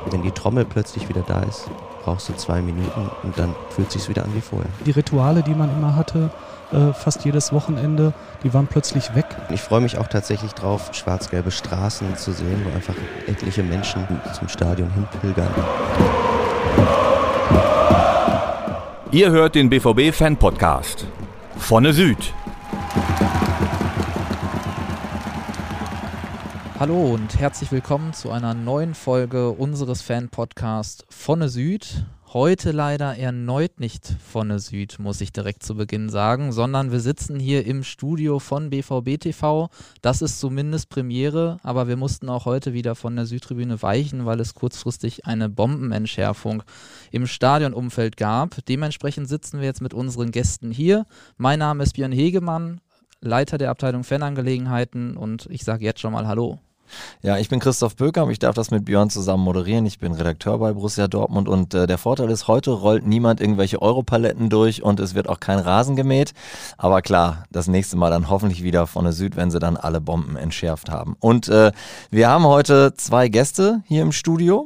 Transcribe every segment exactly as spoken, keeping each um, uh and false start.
wenn die Trommel plötzlich wieder da ist, brauchst du zwei Minuten und dann fühlt es sich wieder an wie vorher. Die Rituale, die man immer hatte, äh, fast jedes Wochenende, die waren plötzlich weg. Ich freue mich auch tatsächlich drauf, schwarz-gelbe Straßen zu sehen, wo einfach etliche Menschen zum Stadion hinpilgern. Ihr hört den B V B-Fan-Podcast Vonne Süd. Hallo und herzlich willkommen zu einer neuen Folge unseres Fan-Podcasts Vonne Süd. Heute leider erneut nicht Vonne Süd, muss ich direkt zu Beginn sagen, sondern wir sitzen hier im Studio von B V B T V. Das ist zumindest Premiere, aber wir mussten auch heute wieder von der Südtribüne weichen, weil es kurzfristig eine Bombenentschärfung im Stadionumfeld gab. Dementsprechend sitzen wir jetzt mit unseren Gästen hier. Mein Name ist Björn Hegemann, Leiter der Abteilung Fanangelegenheiten, und ich sage jetzt schon mal Hallo. Ja, ich bin Christoph Böker und ich darf das mit Björn zusammen moderieren. Ich bin Redakteur bei Borussia Dortmund und äh, der Vorteil ist, heute rollt niemand irgendwelche Europaletten durch und es wird auch kein Rasen gemäht. Aber klar, das nächste Mal dann hoffentlich wieder Vonne Süd, wenn sie dann alle Bomben entschärft haben. Und äh, wir haben heute zwei Gäste hier im Studio.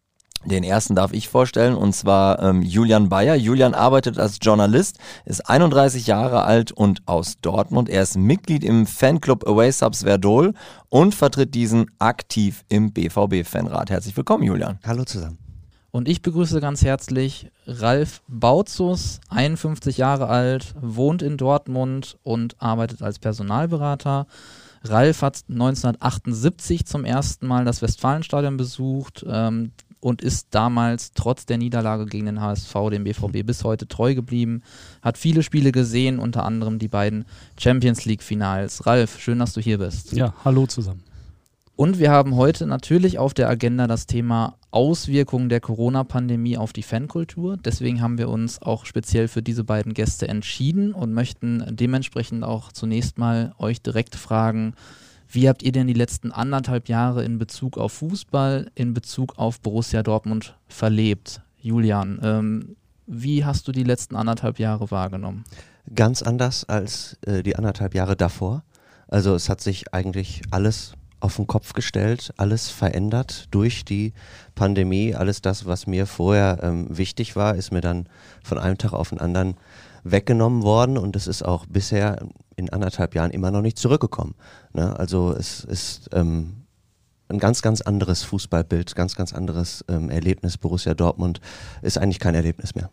Den ersten darf ich vorstellen, und zwar ähm, Julian Bayer. Julian arbeitet als Journalist, ist einunddreißig Jahre alt und aus Dortmund. Er ist Mitglied im Fanclub Away Subs Verdol und vertritt diesen aktiv im B V B-Fanrat. Herzlich willkommen, Julian. Hallo zusammen. Und ich begrüße ganz herzlich Ralf Bautzus, einundfünfzig Jahre alt, wohnt in Dortmund und arbeitet als Personalberater. Ralf hat neunzehnhundertachtundsiebzig zum ersten Mal das Westfalenstadion besucht, ähm, und ist damals trotz der Niederlage gegen den H S V, dem B V B, bis heute treu geblieben, hat viele Spiele gesehen, unter anderem die beiden Champions-League-Finals. Ralf, schön, dass du hier bist. Ja, hallo zusammen. Und wir haben heute natürlich auf der Agenda das Thema Auswirkungen der Corona-Pandemie auf die Fankultur. Deswegen haben wir uns auch speziell für diese beiden Gäste entschieden und möchten dementsprechend auch zunächst mal euch direkt fragen: Wie habt ihr denn die letzten anderthalb Jahre in Bezug auf Fußball, in Bezug auf Borussia Dortmund verlebt? Julian, ähm, wie hast du die letzten anderthalb Jahre wahrgenommen? Ganz anders als äh, die anderthalb Jahre davor. Also es hat sich eigentlich alles auf den Kopf gestellt, alles verändert durch die Pandemie. Alles das, was mir vorher ähm, wichtig war, ist mir dann von einem Tag auf den anderen weggenommen worden, und es ist auch bisher in anderthalb Jahren immer noch nicht zurückgekommen. Ne? Also es ist ähm, ein ganz, ganz anderes Fußballbild, ganz, ganz anderes ähm, Erlebnis. Borussia Dortmund ist eigentlich kein Erlebnis mehr.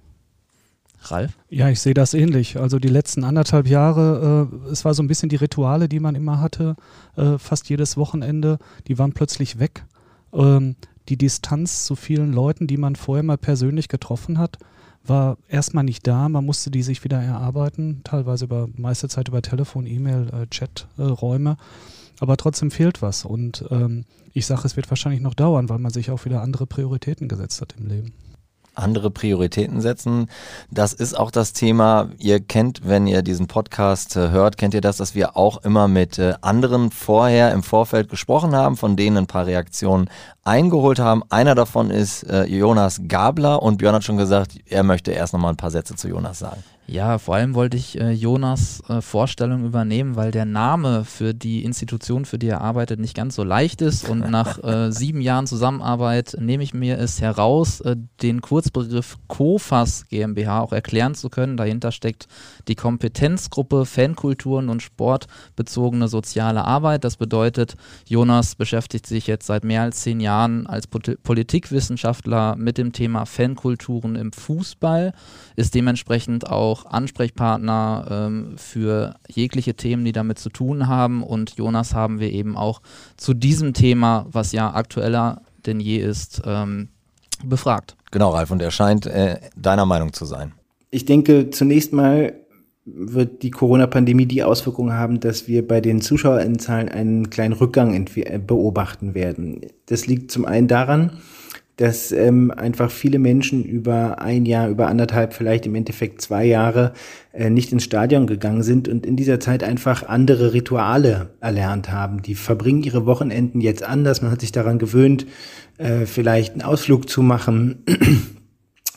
Ralf? Ja, ich sehe das ähnlich. Also die letzten anderthalb Jahre, äh, es war so ein bisschen die Rituale, die man immer hatte, äh, fast jedes Wochenende, die waren plötzlich weg. Ähm, die Distanz zu vielen Leuten, die man vorher mal persönlich getroffen hat, war erstmal nicht da. Man musste die sich wieder erarbeiten, teilweise über, meiste Zeit über Telefon, E-Mail, äh, Chat-Räume. Äh, Aber trotzdem fehlt was. Und ähm, ich sage, es wird wahrscheinlich noch dauern, weil man sich auch wieder andere Prioritäten gesetzt hat im Leben. Andere Prioritäten setzen. Das ist auch das Thema, ihr kennt, wenn ihr diesen Podcast äh, hört, kennt ihr das, dass wir auch immer mit äh, anderen vorher im Vorfeld gesprochen haben, von denen ein paar Reaktionen eingeholt haben. Einer davon ist äh, Jonas Gabler, und Björn hat schon gesagt, er möchte erst nochmal ein paar Sätze zu Jonas sagen. Ja, vor allem wollte ich äh, Jonas äh, Vorstellung übernehmen, weil der Name für die Institution, für die er arbeitet, nicht ganz so leicht ist, und nach äh, sieben Jahren Zusammenarbeit nehme ich mir es heraus, äh, den Kurzbegriff COFAS GmbH auch erklären zu können. Dahinter steckt die Kompetenzgruppe Fankulturen und sportbezogene soziale Arbeit. Das bedeutet, Jonas beschäftigt sich jetzt seit mehr als zehn Jahren als Pot- Politikwissenschaftler mit dem Thema Fankulturen im Fußball, ist dementsprechend auch Ansprechpartner ähm, für jegliche Themen, die damit zu tun haben, und Jonas haben wir eben auch zu diesem Thema, was ja aktueller denn je ist, ähm, befragt. Genau, Ralf, und er scheint äh, deiner Meinung zu sein. Ich denke, zunächst mal wird die Corona-Pandemie die Auswirkung haben, dass wir bei den Zuschauerzahlen einen kleinen Rückgang entwe- beobachten werden. Das liegt zum einen daran, dass ähm, einfach viele Menschen über ein Jahr, über anderthalb, vielleicht im Endeffekt zwei Jahre äh, nicht ins Stadion gegangen sind und in dieser Zeit einfach andere Rituale erlernt haben. Die verbringen ihre Wochenenden jetzt anders. Man hat sich daran gewöhnt, äh, vielleicht einen Ausflug zu machen,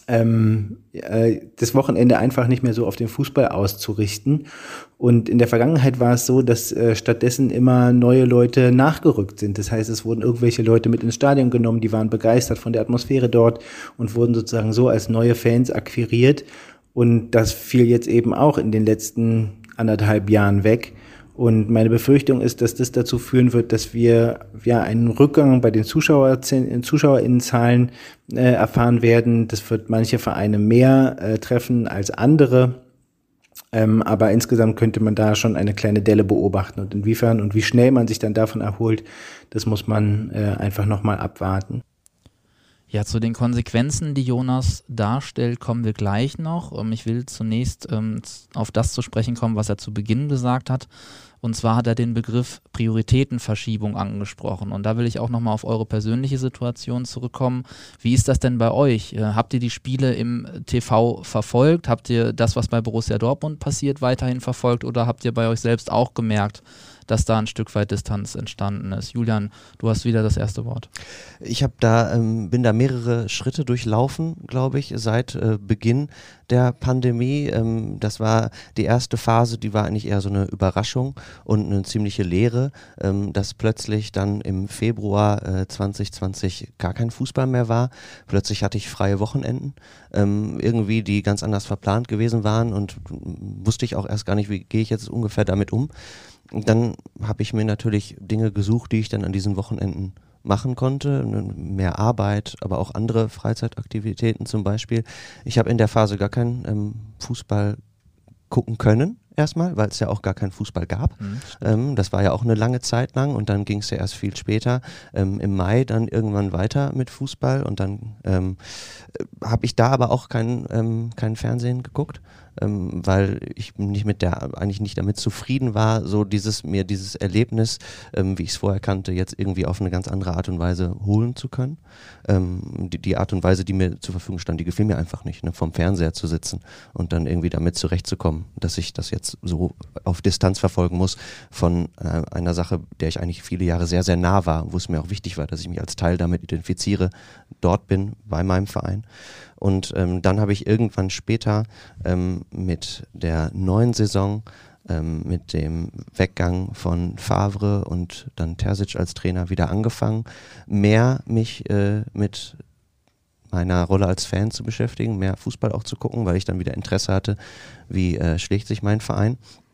ähm, äh, das Wochenende einfach nicht mehr so auf den Fußball auszurichten. Und in der Vergangenheit war es so, dass äh, stattdessen immer neue Leute nachgerückt sind. Das heißt, es wurden irgendwelche Leute mit ins Stadion genommen, die waren begeistert von der Atmosphäre dort und wurden sozusagen so als neue Fans akquiriert. Und das fiel jetzt eben auch in den letzten anderthalb Jahren weg. Und meine Befürchtung ist, dass das dazu führen wird, dass wir ja einen Rückgang bei den Zuschauer, ZuschauerInnenzahlen äh, erfahren werden. Das wird manche Vereine mehr äh, treffen als andere. Ähm, aber insgesamt könnte man da schon eine kleine Delle beobachten. Und inwiefern und wie schnell man sich dann davon erholt, das muss man äh, einfach nochmal abwarten. Ja, zu den Konsequenzen, die Jonas darstellt, kommen wir gleich noch. Ich will zunächst ähm, auf das zu sprechen kommen, was er zu Beginn gesagt hat. Und zwar hat er den Begriff Prioritätenverschiebung angesprochen. Und da will ich auch nochmal auf eure persönliche Situation zurückkommen. Wie ist das denn bei euch? Habt ihr die Spiele im T V verfolgt? Habt ihr das, was bei Borussia Dortmund passiert, weiterhin verfolgt? Oder habt ihr bei euch selbst auch gemerkt, dass da ein Stück weit Distanz entstanden ist? Julian, du hast wieder das erste Wort. Ich habe da, ähm, bin da mehrere Schritte durchlaufen, glaube ich, seit äh, Beginn der Pandemie. Ähm, das war die erste Phase, die war eigentlich eher so eine Überraschung und eine ziemliche Leere, ähm, dass plötzlich dann im Februar äh, zwanzig zwanzig gar kein Fußball mehr war. Plötzlich hatte ich freie Wochenenden, ähm, irgendwie, die ganz anders verplant gewesen waren und wusste ich auch erst gar nicht, wie gehe ich jetzt ungefähr damit um. Und dann habe ich mir natürlich Dinge gesucht, die ich dann an diesen Wochenenden machen konnte. Mehr Arbeit, aber auch andere Freizeitaktivitäten zum Beispiel. Ich habe in der Phase gar keinen ähm, Fußball gucken können erstmal, weil es ja auch gar keinen Fußball gab. Mhm, ähm, das war ja auch eine lange Zeit lang und dann ging es ja erst viel später ähm, im Mai dann irgendwann weiter mit Fußball und dann ähm, habe ich da aber auch kein, ähm, kein Fernsehen geguckt. Ähm, weil ich nicht mit der, eigentlich nicht damit zufrieden war, so dieses, mir dieses Erlebnis, ähm, wie ich es vorher kannte, jetzt irgendwie auf eine ganz andere Art und Weise holen zu können. Ähm, die, die Art und Weise, die mir zur Verfügung stand, die gefiel mir einfach nicht, ne, vom Fernseher zu sitzen und dann irgendwie damit zurechtzukommen, dass ich das jetzt so auf Distanz verfolgen muss von äh, einer Sache, der ich eigentlich viele Jahre sehr, sehr nah war, wo es mir auch wichtig war, dass ich mich als Teil damit identifiziere, dort bin, bei meinem Verein. Und ähm, dann habe ich irgendwann später ähm, mit der neuen Saison, ähm, mit dem Weggang von Favre und dann Terzic als Trainer wieder angefangen, mehr mich äh, mit meiner Rolle als Fan zu beschäftigen, mehr Fußball auch zu gucken, weil ich dann wieder Interesse hatte, wie äh, schlägt sich mein Verein.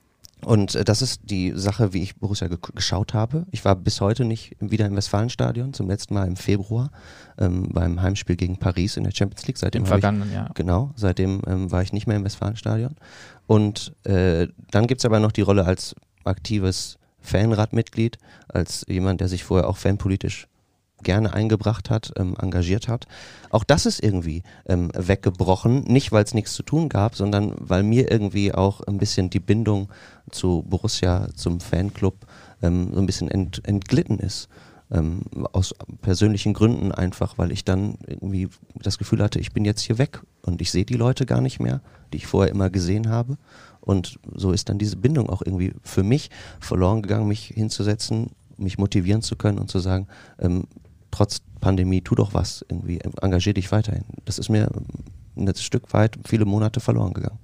Und äh, das ist die Sache, wie ich Borussia ge- geschaut habe. Ich war bis heute nicht wieder im Westfalenstadion, zum letzten Mal im Februar ähm, beim Heimspiel gegen Paris in der Champions League. Seitdem Im vergangenen Jahr. Genau, seitdem ähm, war ich nicht mehr im Westfalenstadion. Und äh, dann gibt es aber noch die Rolle als aktives Fanradmitglied, als jemand, der sich vorher auch fanpolitisch gerne eingebracht hat, ähm, engagiert hat. Auch das ist irgendwie ähm, weggebrochen, nicht weil es nichts zu tun gab, sondern weil mir irgendwie auch ein bisschen die Bindung zu Borussia, zum Fanclub ähm, so ein bisschen ent, entglitten ist. Ähm, aus persönlichen Gründen einfach, weil ich dann irgendwie das Gefühl hatte, ich bin jetzt hier weg und ich sehe die Leute gar nicht mehr, die ich vorher immer gesehen habe. Und so ist dann diese Bindung auch irgendwie für mich verloren gegangen, mich hinzusetzen, mich motivieren zu können und zu sagen, ähm, trotz Pandemie, tu doch was, irgendwie, engagier dich weiterhin. Das ist mir ein Stück weit viele Monate verloren gegangen.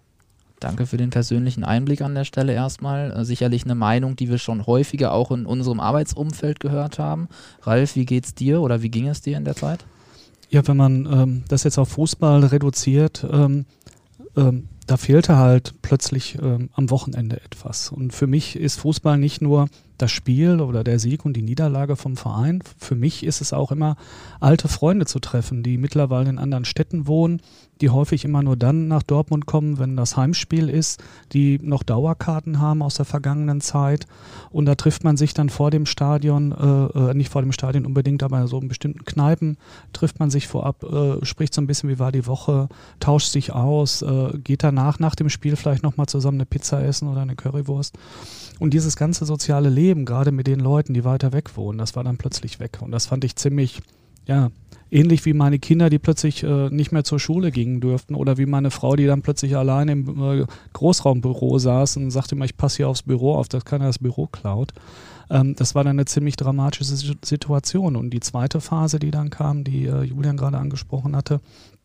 Danke für den persönlichen Einblick an der Stelle erstmal. Äh, sicherlich eine Meinung, die wir schon häufiger auch in unserem Arbeitsumfeld gehört haben. Ralf, wie geht's dir oder wie ging es dir in der Zeit? Ja, wenn man ähm, das jetzt auf Fußball reduziert, ähm, ähm, da fehlte halt plötzlich ähm, am Wochenende etwas. Und für mich ist Fußball nicht nur das Spiel oder der Sieg und die Niederlage vom Verein. Für mich ist es auch immer, alte Freunde zu treffen, die mittlerweile in anderen Städten wohnen, die häufig immer nur dann nach Dortmund kommen, wenn das Heimspiel ist, die noch Dauerkarten haben aus der vergangenen Zeit. Und da trifft man sich dann vor dem Stadion, äh, nicht vor dem Stadion unbedingt, aber so in bestimmten Kneipen trifft man sich vorab, äh, spricht so ein bisschen, wie war die Woche, tauscht sich aus, äh, geht danach nach dem Spiel vielleicht nochmal zusammen eine Pizza essen oder eine Currywurst. Und dieses ganze soziale Leben, gerade mit den Leuten, die weiter weg wohnen, das war dann plötzlich weg. Und das fand ich ziemlich, ja, ähnlich wie meine Kinder, die plötzlich äh, nicht mehr zur Schule gingen dürften oder wie meine Frau, die dann plötzlich alleine im äh, Großraumbüro saß und sagte immer, ich passe hier aufs Büro auf, dass keiner das Büro klaut. Ähm, das war dann eine ziemlich dramatische Situation. Und die zweite Phase, die dann kam, die äh, Julian gerade angesprochen hatte,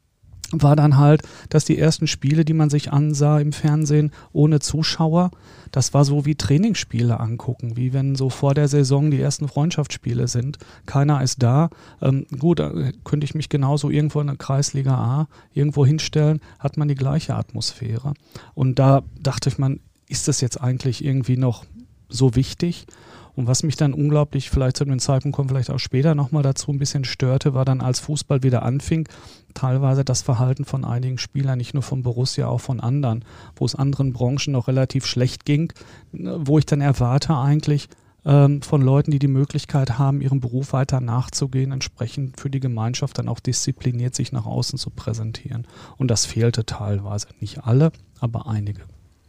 war dann halt, dass die ersten Spiele, die man sich ansah im Fernsehen ohne Zuschauer, das war so wie Trainingsspiele angucken, wie wenn so vor der Saison die ersten Freundschaftsspiele sind. Keiner ist da. Ähm, gut, da könnte ich mich genauso irgendwo in der Kreisliga A irgendwo hinstellen, hat man die gleiche Atmosphäre. Und da dachte ich, man, ist das jetzt eigentlich irgendwie noch so wichtig? Und was mich dann unglaublich, vielleicht zu dem Zeitpunkt kommt, vielleicht auch später nochmal dazu ein bisschen störte, war dann, als Fußball wieder anfing, teilweise das Verhalten von einigen Spielern, nicht nur von Borussia, auch von anderen, wo es anderen Branchen noch relativ schlecht ging, wo ich dann erwarte eigentlich ähm, von Leuten, die die Möglichkeit haben, ihrem Beruf weiter nachzugehen, entsprechend für die Gemeinschaft dann auch diszipliniert sich nach außen zu präsentieren. Und das fehlte teilweise. Nicht alle, aber einige.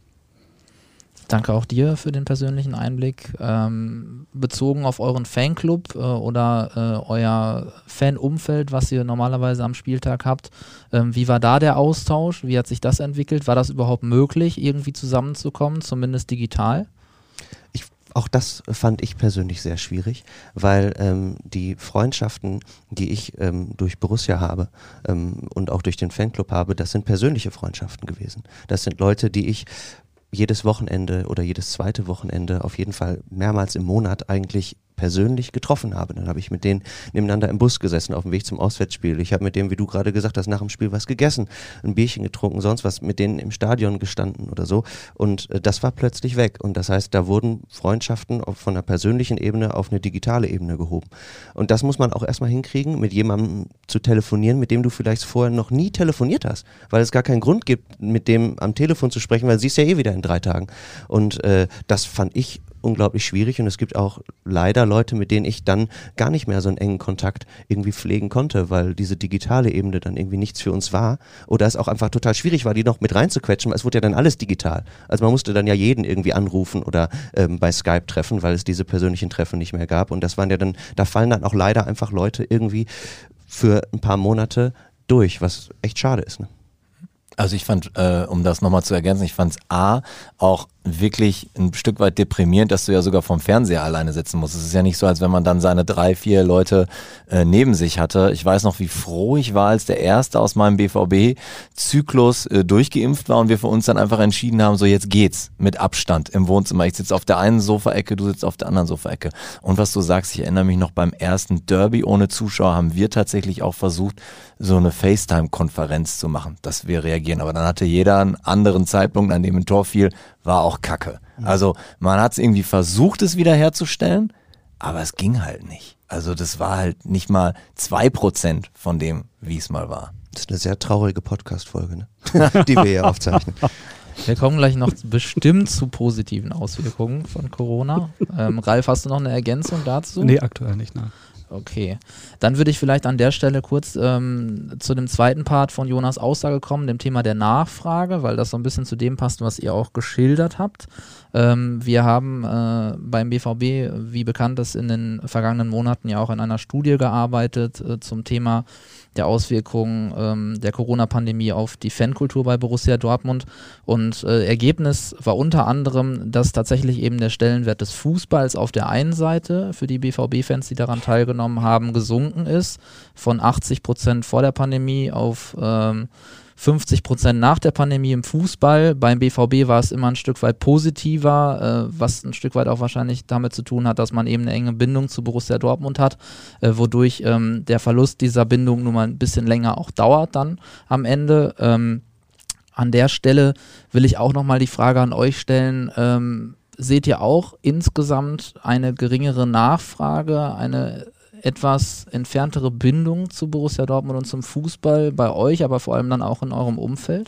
Danke auch dir für den persönlichen Einblick. Ähm, bezogen auf euren Fanclub äh, oder äh, euer Fanumfeld, was ihr normalerweise am Spieltag habt, ähm, wie war da der Austausch? Wie hat sich das entwickelt? War das überhaupt möglich, irgendwie zusammenzukommen, zumindest digital? Ich, auch das fand ich persönlich sehr schwierig, weil ähm, die Freundschaften, die ich ähm, durch Borussia habe ähm, und auch durch den Fanclub habe, das sind persönliche Freundschaften gewesen. Das sind Leute, die ich jedes Wochenende oder jedes zweite Wochenende auf jeden Fall mehrmals im Monat eigentlich persönlich getroffen habe. Dann habe ich mit denen nebeneinander im Bus gesessen auf dem Weg zum Auswärtsspiel. Ich habe mit denen, wie du gerade gesagt hast, nach dem Spiel was gegessen, ein Bierchen getrunken, sonst was, mit denen im Stadion gestanden oder so. Und äh, das war plötzlich weg. Und das heißt, da wurden Freundschaften von einer persönlichen Ebene auf eine digitale Ebene gehoben. Und das muss man auch erstmal hinkriegen, mit jemandem zu telefonieren, mit dem du vielleicht vorher noch nie telefoniert hast, weil es gar keinen Grund gibt, mit dem am Telefon zu sprechen, weil siehst ja eh wieder in drei Tagen. Und äh, das fand ich unglaublich schwierig, und es gibt auch leider Leute, mit denen ich dann gar nicht mehr so einen engen Kontakt irgendwie pflegen konnte, weil diese digitale Ebene dann irgendwie nichts für uns war oder es auch einfach total schwierig war, die noch mit reinzuquetschen, weil es wurde ja dann alles digital. Also man musste dann ja jeden irgendwie anrufen oder ähm, bei Skype treffen, weil es diese persönlichen Treffen nicht mehr gab, und das waren ja dann, da fallen dann auch leider einfach Leute irgendwie für ein paar Monate durch, was echt schade ist, ne? Also ich fand, äh, um das nochmal zu ergänzen, ich fand es A, auch wirklich ein Stück weit deprimierend, dass du ja sogar vorm Fernseher alleine sitzen musst. Es ist ja nicht so, als wenn man dann seine drei, vier Leute äh, neben sich hatte. Ich weiß noch, wie froh ich war, als der Erste aus meinem B V B-Zyklus äh, durchgeimpft war und wir für uns dann einfach entschieden haben, so jetzt geht's mit Abstand im Wohnzimmer. Ich sitze auf der einen Sofaecke, du sitzt auf der anderen Sofaecke. Und was du sagst, ich erinnere mich noch, beim ersten Derby ohne Zuschauer haben wir tatsächlich auch versucht, so eine FaceTime-Konferenz zu machen, dass wir reagieren. Aber dann hatte jeder einen anderen Zeitpunkt, an dem ein Tor fiel, war auch Kacke. Also man hat es irgendwie versucht, es wiederherzustellen, aber es ging halt nicht. Also das war halt nicht mal zwei Prozent von dem, wie es mal war. Das ist eine sehr traurige Podcast-Folge, ne? Die wir hier aufzeichnen. Wir kommen gleich noch bestimmt zu positiven Auswirkungen von Corona. Ähm, Ralf, hast du noch eine Ergänzung dazu? Nee, aktuell nicht, nein. Okay, dann würde ich vielleicht an der Stelle kurz ähm, zu dem zweiten Part von Jonas' Aussage kommen, dem Thema der Nachfrage, weil das so ein bisschen zu dem passt, was ihr auch geschildert habt. Ähm, wir haben äh, beim B V B, wie bekannt ist, in den vergangenen Monaten ja auch in einer Studie gearbeitet äh, zum Thema der Auswirkungen ähm, der Corona-Pandemie auf die Fankultur bei Borussia Dortmund, und äh, Ergebnis war unter anderem, dass tatsächlich eben der Stellenwert des Fußballs auf der einen Seite für die B V B-Fans, die daran teilgenommen haben, gesunken ist, von achtzig Prozent vor der Pandemie auf ähm, fünfzig Prozent nach der Pandemie im Fußball. Beim B V B war es immer ein Stück weit positiver, äh, was ein Stück weit auch wahrscheinlich damit zu tun hat, dass man eben eine enge Bindung zu Borussia Dortmund hat, äh, wodurch ähm, der Verlust dieser Bindung nun mal ein bisschen länger auch dauert dann am Ende. Ähm, an der Stelle will ich auch nochmal die Frage an euch stellen, ähm, seht ihr auch insgesamt eine geringere Nachfrage, eine etwas entferntere Bindung zu Borussia Dortmund und zum Fußball bei euch, aber vor allem dann auch in eurem Umfeld?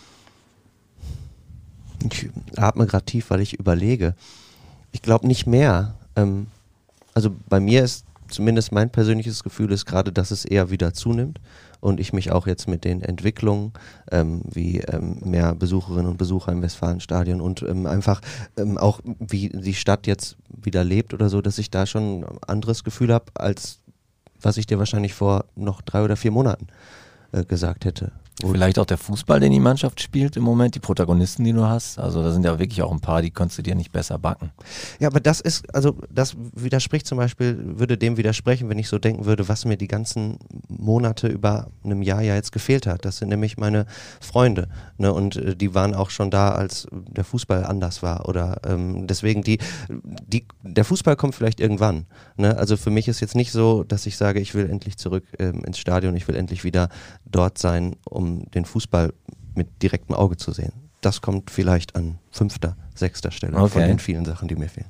Ich atme gerade tief, weil ich überlege. Ich glaube nicht mehr. Ähm, also bei mir ist zumindest mein persönliches Gefühl ist gerade, dass es eher wieder zunimmt und ich mich auch jetzt mit den Entwicklungen ähm, wie ähm, mehr Besucherinnen und Besucher im Westfalenstadion und ähm, einfach ähm, auch wie die Stadt jetzt wieder lebt oder so, dass ich da schon ein anderes Gefühl habe, als was ich dir wahrscheinlich vor noch drei oder vier Monaten äh, gesagt hätte. Vielleicht auch der Fußball, den die Mannschaft spielt im Moment, die Protagonisten, die du hast. Also da sind ja wirklich auch ein paar, die konntest du dir nicht besser backen. Ja, aber das ist, also das widerspricht zum Beispiel, würde dem widersprechen, wenn ich so denken würde, was mir die ganzen Monate über einem Jahr ja jetzt gefehlt hat. Das sind nämlich meine Freunde, ne? Und äh, die waren auch schon da, als der Fußball anders war. Oder ähm, deswegen, die, die, der Fußball kommt vielleicht irgendwann. Ne? Also für mich ist jetzt nicht so, dass ich sage, ich will endlich zurück ähm, ins Stadion, ich will endlich wieder dort sein, um den Fußball mit direktem Auge zu sehen. Das kommt vielleicht an fünfter, sechster Stelle okay. von den vielen Sachen, die mir fehlen.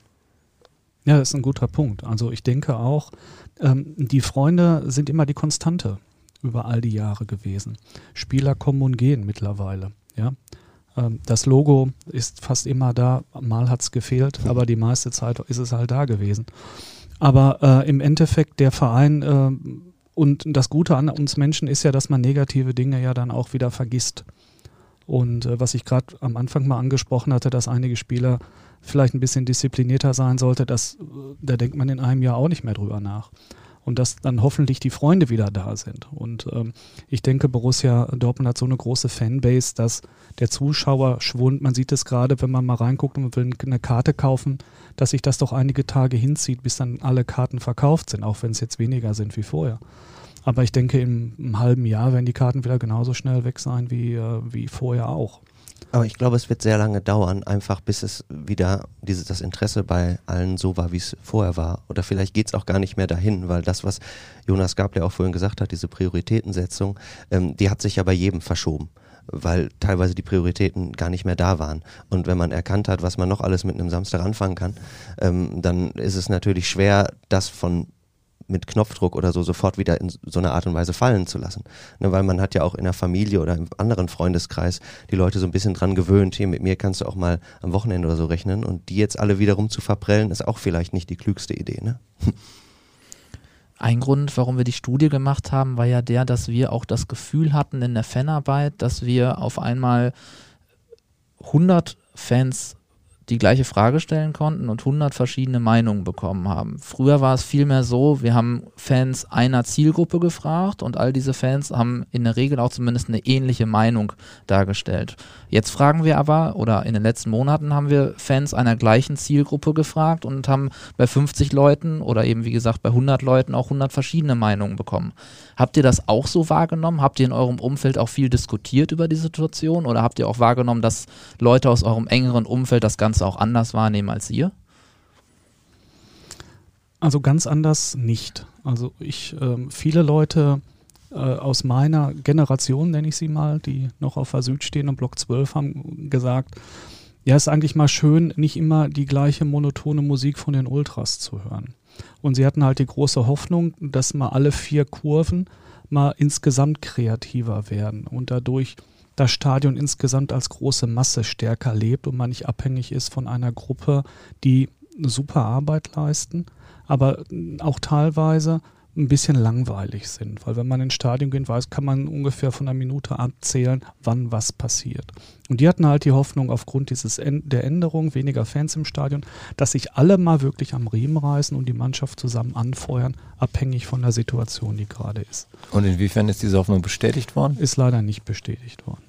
Ja, das ist ein guter Punkt. Also ich denke auch, ähm, die Freunde sind immer die Konstante über all die Jahre gewesen. Spieler kommen und gehen mittlerweile. Ja? Ähm, das Logo ist fast immer da. Mal hat es gefehlt, mhm. aber die meiste Zeit ist es halt da gewesen. Aber äh, im Endeffekt der Verein äh, und das Gute an uns Menschen ist ja, dass man negative Dinge ja dann auch wieder vergisst. Und äh, was ich gerade am Anfang mal angesprochen hatte, dass einige Spieler vielleicht ein bisschen disziplinierter sein sollte, das, da denkt man in einem Jahr auch nicht mehr drüber nach. Und dass dann hoffentlich die Freunde wieder da sind. Und ähm, ich denke, Borussia Dortmund hat so eine große Fanbase, dass der Zuschauerschwund, man sieht es gerade, wenn man mal reinguckt und will eine Karte kaufen, dass sich das doch einige Tage hinzieht, bis dann alle Karten verkauft sind, auch wenn es jetzt weniger sind wie vorher. Aber ich denke, im, im halben Jahr werden die Karten wieder genauso schnell weg sein wie, äh, wie vorher auch. Aber ich glaube, es wird sehr lange dauern, einfach bis es wieder dieses, das Interesse bei allen so war, wie es vorher war. Oder vielleicht geht es auch gar nicht mehr dahin, weil das, was Jonas Gabler auch vorhin gesagt hat, diese Prioritätensetzung, ähm, die hat sich ja bei jedem verschoben, weil teilweise die Prioritäten gar nicht mehr da waren. Und wenn man erkannt hat, was man noch alles mit einem Samstag anfangen kann, ähm, dann ist es natürlich schwer, das von mit Knopfdruck oder so sofort wieder in so einer Art und Weise fallen zu lassen. Ne, weil man hat ja auch in der Familie oder im anderen Freundeskreis die Leute so ein bisschen dran gewöhnt, hier mit mir kannst du auch mal am Wochenende oder so rechnen und die jetzt alle wiederum zu verprellen, ist auch vielleicht nicht die klügste Idee. Ne? Ein Grund, warum wir die Studie gemacht haben, war ja der, dass wir auch das Gefühl hatten in der Fanarbeit, dass wir auf einmal hundert Fans die gleiche Frage stellen konnten und hundert verschiedene Meinungen bekommen haben. Früher war es vielmehr so, wir haben Fans einer Zielgruppe gefragt und all diese Fans haben in der Regel auch zumindest eine ähnliche Meinung dargestellt. Jetzt fragen wir aber, oder in den letzten Monaten haben wir Fans einer gleichen Zielgruppe gefragt und haben bei fünfzig Leuten oder eben wie gesagt bei hundert Leuten auch hundert verschiedene Meinungen bekommen. Habt ihr das auch so wahrgenommen? Habt ihr in eurem Umfeld auch viel diskutiert über die Situation oder habt ihr auch wahrgenommen, dass Leute aus eurem engeren Umfeld das Ganze auch anders wahrnehmen als ihr? Also ganz anders nicht. Also ich, ähm, viele Leute äh, aus meiner Generation, nenne ich sie mal, die noch auf der Süd stehen und Block zwölf haben gesagt, ja, ist eigentlich mal schön, nicht immer die gleiche monotone Musik von den Ultras zu hören. Und sie hatten halt die große Hoffnung, dass mal alle vier Kurven mal insgesamt kreativer werden und dadurch das Stadion insgesamt als große Masse stärker lebt und man nicht abhängig ist von einer Gruppe, die super Arbeit leisten, aber auch teilweise ein bisschen langweilig sind. Weil wenn man ins Stadion geht, weiß, kann man ungefähr von einer Minute abzählen, wann was passiert. Und die hatten halt die Hoffnung aufgrund dieses en- der Änderung, weniger Fans im Stadion, dass sich alle mal wirklich am Riemen reißen und die Mannschaft zusammen anfeuern, abhängig von der Situation, die gerade ist. Und inwiefern ist diese Hoffnung bestätigt worden? Ist leider nicht bestätigt worden.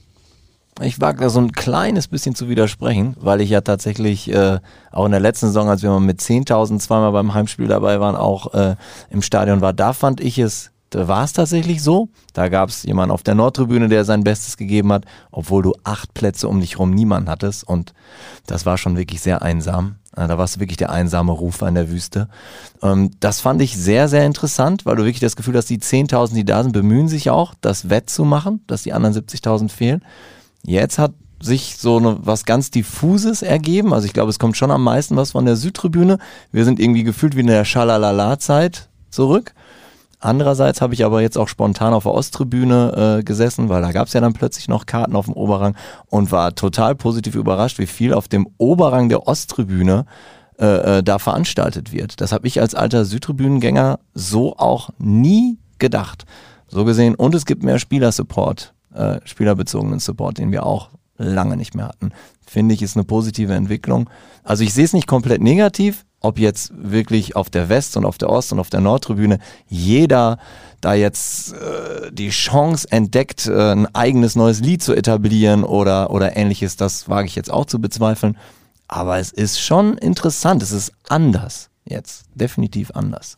Ich wage da so ein kleines bisschen zu widersprechen, weil ich ja tatsächlich äh, auch in der letzten Saison, als wir mal mit zehntausend zweimal beim Heimspiel dabei waren, auch äh, im Stadion war, da fand ich es, da war es tatsächlich so. Da gab es jemanden auf der Nordtribüne, der sein Bestes gegeben hat, obwohl du acht Plätze um dich rum niemanden hattest und das war schon wirklich sehr einsam. Da warst du wirklich der einsame Rufer in der Wüste. Ähm, das fand ich sehr, sehr interessant, weil du wirklich das Gefühl hast, die zehntausend, die da sind, bemühen sich auch, das wettzumachen, dass die anderen siebzigtausend fehlen. Jetzt hat sich so eine, was ganz Diffuses ergeben. Also ich glaube, es kommt schon am meisten was von der Südtribüne. Wir sind irgendwie gefühlt wie in der Schalalala-Zeit zurück. Andererseits habe ich aber jetzt auch spontan auf der Osttribüne äh, gesessen, weil da gab es ja dann plötzlich noch Karten auf dem Oberrang und war total positiv überrascht, wie viel auf dem Oberrang der Osttribüne äh, äh, da veranstaltet wird. Das habe ich als alter Südtribünengänger so auch nie gedacht. So gesehen. Und es gibt mehr Spielersupport. Äh, spielerbezogenen Support, den wir auch lange nicht mehr hatten. Finde ich, ist eine positive Entwicklung. Also ich sehe es nicht komplett negativ, ob jetzt wirklich auf der West- und auf der Ost- und auf der Nordtribüne jeder da jetzt äh, die Chance entdeckt, äh, ein eigenes neues Lied zu etablieren oder, oder ähnliches, das wage ich jetzt auch zu bezweifeln. Aber es ist schon interessant, es ist anders jetzt, definitiv anders.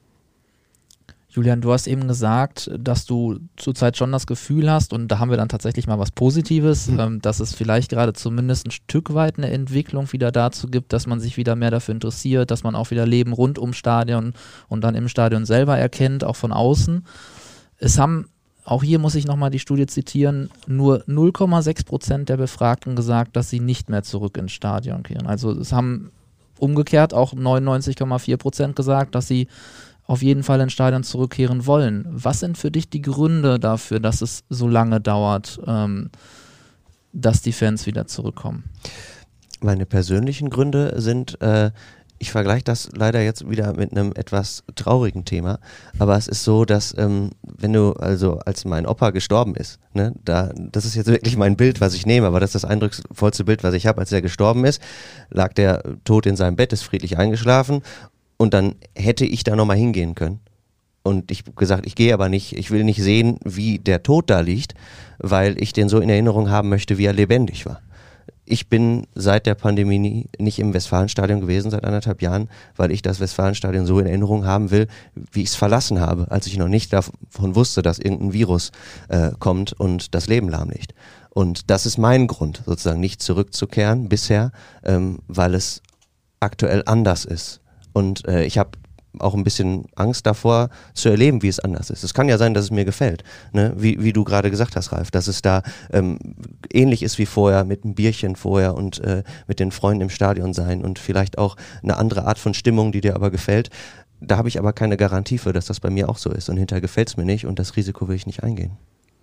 Julian, du hast eben gesagt, dass du zurzeit schon das Gefühl hast, und da haben wir dann tatsächlich mal was Positives, mhm. ähm, dass es vielleicht gerade zumindest ein Stück weit eine Entwicklung wieder dazu gibt, dass man sich wieder mehr dafür interessiert, dass man auch wieder Leben rund ums Stadion und dann im Stadion selber erkennt, auch von außen. Es haben, auch hier muss ich nochmal die Studie zitieren, nur null Komma sechs Prozent der Befragten gesagt, dass sie nicht mehr zurück ins Stadion kehren. Also es haben umgekehrt auch neunundneunzig Komma vier Prozent gesagt, dass sie auf jeden Fall ins Stadion zurückkehren wollen. Was sind für dich die Gründe dafür, dass es so lange dauert, ähm, dass die Fans wieder zurückkommen? Meine persönlichen Gründe sind, äh, ich vergleiche das leider jetzt wieder mit einem etwas traurigen Thema, aber es ist so, dass ähm, wenn du, also als mein Opa gestorben ist, ne, da, das ist jetzt wirklich mein Bild, was ich nehme, aber das ist das eindrucksvollste Bild, was ich habe, als er gestorben ist, lag der tot in seinem Bett, ist friedlich eingeschlafen. Und dann hätte ich da nochmal hingehen können. Und ich gesagt, ich gehe aber nicht, ich will nicht sehen, wie der Tod da liegt, weil ich den so in Erinnerung haben möchte, wie er lebendig war. Ich bin seit der Pandemie nicht im Westfalenstadion gewesen, seit anderthalb Jahren, weil ich das Westfalenstadion so in Erinnerung haben will, wie ich es verlassen habe, als ich noch nicht davon wusste, dass irgendein Virus äh, kommt und das Leben lahmlegt. Und das ist mein Grund, sozusagen nicht zurückzukehren bisher, ähm, weil es aktuell anders ist. Und äh, ich habe auch ein bisschen Angst davor zu erleben, wie es anders ist. Es kann ja sein, dass es mir gefällt, ne? wie, wie du gerade gesagt hast, Ralf, dass es da ähm, ähnlich ist wie vorher, mit einem Bierchen vorher und äh, mit den Freunden im Stadion sein und vielleicht auch eine andere Art von Stimmung, die dir aber gefällt. Da habe ich aber keine Garantie für, dass das bei mir auch so ist und hinterher gefällt es mir nicht und das Risiko will ich nicht eingehen.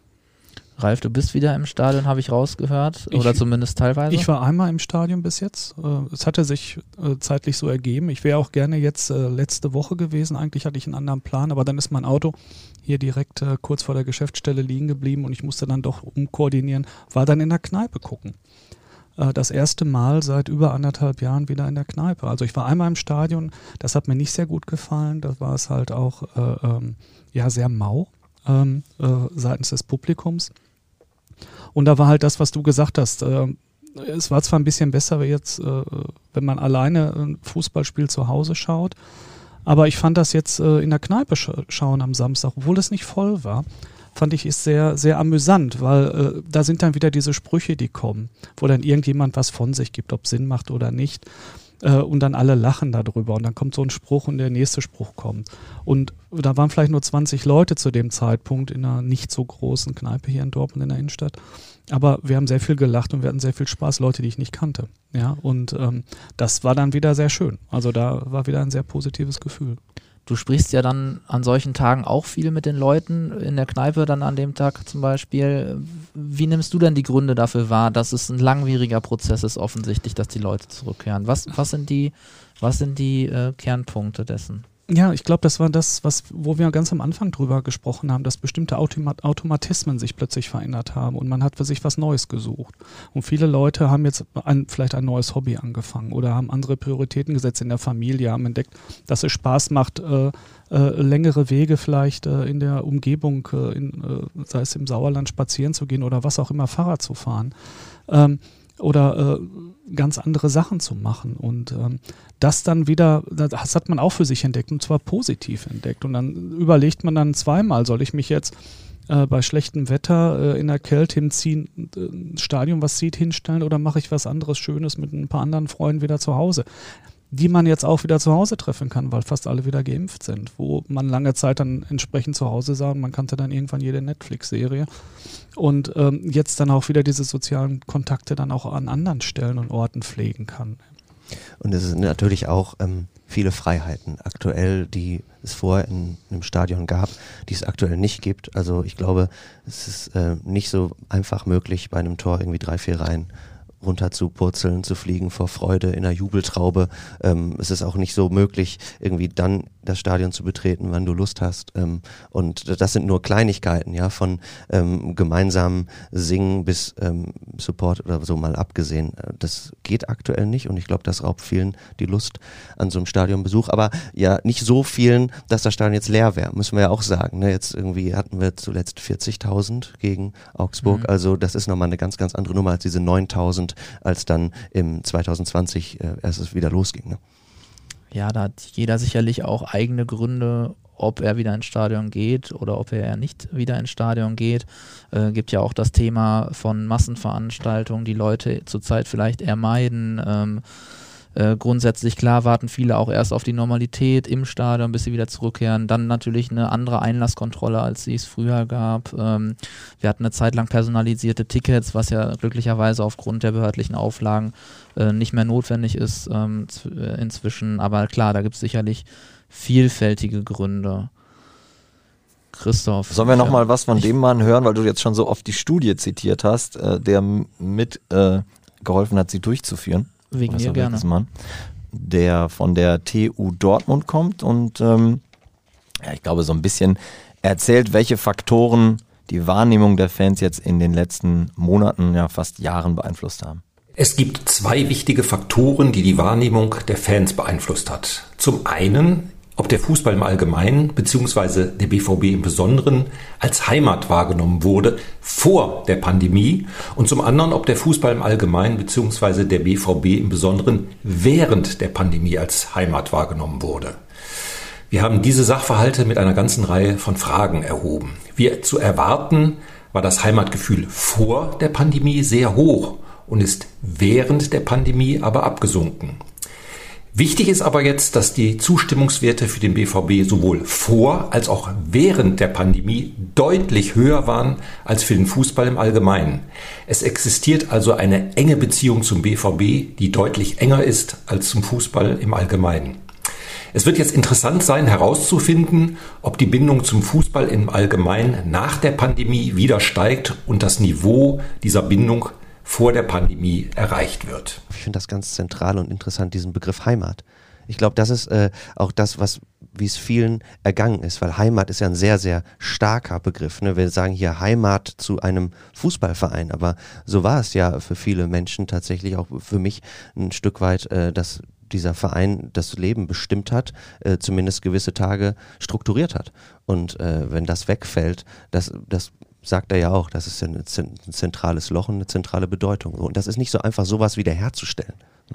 Ralf, du bist wieder im Stadion, habe ich rausgehört, oder ich, zumindest teilweise? Ich war einmal im Stadion bis jetzt. Es hatte sich äh, zeitlich so ergeben. Ich wäre auch gerne jetzt äh, letzte Woche gewesen. Eigentlich hatte ich einen anderen Plan, aber dann ist mein Auto hier direkt äh, kurz vor der Geschäftsstelle liegen geblieben und ich musste dann doch umkoordinieren, war dann in der Kneipe gucken. Äh, das erste Mal seit über anderthalb Jahren wieder in der Kneipe. Also ich war einmal im Stadion, das hat mir nicht sehr gut gefallen. Da war es halt auch äh, ähm, ja, sehr mau ähm, äh, seitens des Publikums. Und da war halt das, was du gesagt hast. Äh, es war zwar ein bisschen besser jetzt, äh, wenn man alleine ein Fußballspiel zu Hause schaut, aber ich fand das jetzt äh, in der Kneipe sch- schauen am Samstag, obwohl es nicht voll war, fand ich es sehr, sehr amüsant, weil äh, da sind dann wieder diese Sprüche, die kommen, wo dann irgendjemand was von sich gibt, ob Sinn macht oder nicht. Äh, und dann alle lachen darüber und dann kommt so ein Spruch und der nächste Spruch kommt. Und da waren vielleicht nur zwanzig Leute zu dem Zeitpunkt in einer nicht so großen Kneipe hier in Dortmund in der Innenstadt. Aber wir haben sehr viel gelacht und wir hatten sehr viel Spaß, Leute, die ich nicht kannte. Ja, und ähm, das war dann wieder sehr schön. Also da war wieder ein sehr positives Gefühl. Du sprichst ja dann an solchen Tagen auch viel mit den Leuten in der Kneipe, dann an dem Tag zum Beispiel. Wie nimmst du denn die Gründe dafür wahr, dass es ein langwieriger Prozess ist, offensichtlich, dass die Leute zurückkehren? Was, was sind die, was sind die äh, Kernpunkte dessen? Ja, ich glaube, das war das, was, wo wir ganz am Anfang drüber gesprochen haben, dass bestimmte Automat- Automatismen sich plötzlich verändert haben und man hat für sich was Neues gesucht. Und viele Leute haben jetzt ein, vielleicht ein neues Hobby angefangen oder haben andere Prioritäten gesetzt in der Familie, haben entdeckt, dass es Spaß macht, äh, äh, längere Wege vielleicht äh, in der Umgebung, äh, in, äh, sei es im Sauerland spazieren zu gehen oder was auch immer, Fahrrad zu fahren. Ähm, oder äh, ganz andere Sachen zu machen und ähm, das dann wieder, das hat man auch für sich entdeckt und zwar positiv entdeckt und dann überlegt man dann zweimal, soll ich mich jetzt äh, bei schlechtem Wetter äh, in der Kälte hinziehen, ein Stadion, was sieht, hinstellen oder mache ich was anderes Schönes mit ein paar anderen Freunden wieder zu Hause, die man jetzt auch wieder zu Hause treffen kann, weil fast alle wieder geimpft sind, wo man lange Zeit dann entsprechend zu Hause sah und man kannte dann irgendwann jede Netflix-Serie und ähm, jetzt dann auch wieder diese sozialen Kontakte dann auch an anderen Stellen und Orten pflegen kann. Und es sind natürlich auch ähm, viele Freiheiten aktuell, die es vorher in einem Stadion gab, die es aktuell nicht gibt. Also ich glaube, es ist äh, nicht so einfach möglich, bei einem Tor irgendwie drei, vier Reihen runter zu purzeln, zu fliegen vor Freude in einer Jubeltraube. Ähm, es ist auch nicht so möglich, irgendwie dann das Stadion zu betreten, wann du Lust hast. Ähm, und das sind nur Kleinigkeiten, ja, von ähm, gemeinsamen Singen bis ähm, Support oder so mal abgesehen. Das geht aktuell nicht und ich glaube, das raubt vielen die Lust an so einem Stadionbesuch. Aber ja, nicht so vielen, dass das Stadion jetzt leer wäre, müssen wir ja auch sagen. Ne? Jetzt irgendwie hatten wir zuletzt vierzigtausend gegen Augsburg. Mhm. Also das ist nochmal eine ganz, ganz andere Nummer als diese neuntausend, als dann im zwanzig zwanzig äh, erst es wieder losging. Ne? Ja, da hat jeder sicherlich auch eigene Gründe, ob er wieder ins Stadion geht oder ob er nicht wieder ins Stadion geht. Äh, gibt ja auch das Thema von Massenveranstaltungen, die Leute zurzeit vielleicht eher meiden. Ähm, äh, grundsätzlich, klar, warten viele auch erst auf die Normalität im Stadion, bis sie wieder zurückkehren. Dann natürlich eine andere Einlasskontrolle, als sie es früher gab. Ähm, wir hatten eine Zeit lang personalisierte Tickets, was ja glücklicherweise aufgrund der behördlichen Auflagen äh, nicht mehr notwendig ist ähm, z- äh, inzwischen. Aber klar, da gibt es sicherlich vielfältige Gründe. Christoph. Sollen wir nochmal was von dem Mann hören, weil du jetzt schon so oft die Studie zitiert hast, äh, der mit äh, geholfen hat, sie durchzuführen? Wegen mir gerne. Mann, der von der T U Dortmund kommt und ähm, ja, ich glaube so ein bisschen erzählt, welche Faktoren die Wahrnehmung der Fans jetzt in den letzten Monaten, ja fast Jahren beeinflusst haben. Es gibt zwei wichtige Faktoren, die die Wahrnehmung der Fans beeinflusst hat. Zum einen, ob der Fußball im Allgemeinen bzw. der B V B im Besonderen als Heimat wahrgenommen wurde vor der Pandemie und zum anderen, ob der Fußball im Allgemeinen bzw. der B V B im Besonderen während der Pandemie als Heimat wahrgenommen wurde. Wir haben diese Sachverhalte mit einer ganzen Reihe von Fragen erhoben. Wie zu erwarten, war das Heimatgefühl vor der Pandemie sehr hoch und ist während der Pandemie aber abgesunken. Wichtig ist aber jetzt, dass die Zustimmungswerte für den B V B sowohl vor als auch während der Pandemie deutlich höher waren als für den Fußball im Allgemeinen. Es existiert also eine enge Beziehung zum B V B, die deutlich enger ist als zum Fußball im Allgemeinen. Es wird jetzt interessant sein, herauszufinden, ob die Bindung zum Fußball im Allgemeinen nach der Pandemie wieder steigt und das Niveau dieser Bindung vor der Pandemie erreicht wird. Ich finde das ganz zentral und interessant, diesen Begriff Heimat. Ich glaube, das ist äh, auch das, was wie es vielen ergangen ist, weil Heimat ist ja ein sehr, sehr starker Begriff. Ne? Wir sagen hier Heimat zu einem Fußballverein, aber so war es ja für viele Menschen tatsächlich, auch für mich ein Stück weit, äh, dass dieser Verein das Leben bestimmt hat, äh, zumindest gewisse Tage strukturiert hat. Und äh, wenn das wegfällt, das, das sagt er ja auch, das ist ja ein zentrales Loch und eine zentrale Bedeutung. Und das ist nicht so einfach, sowas wiederherzustellen.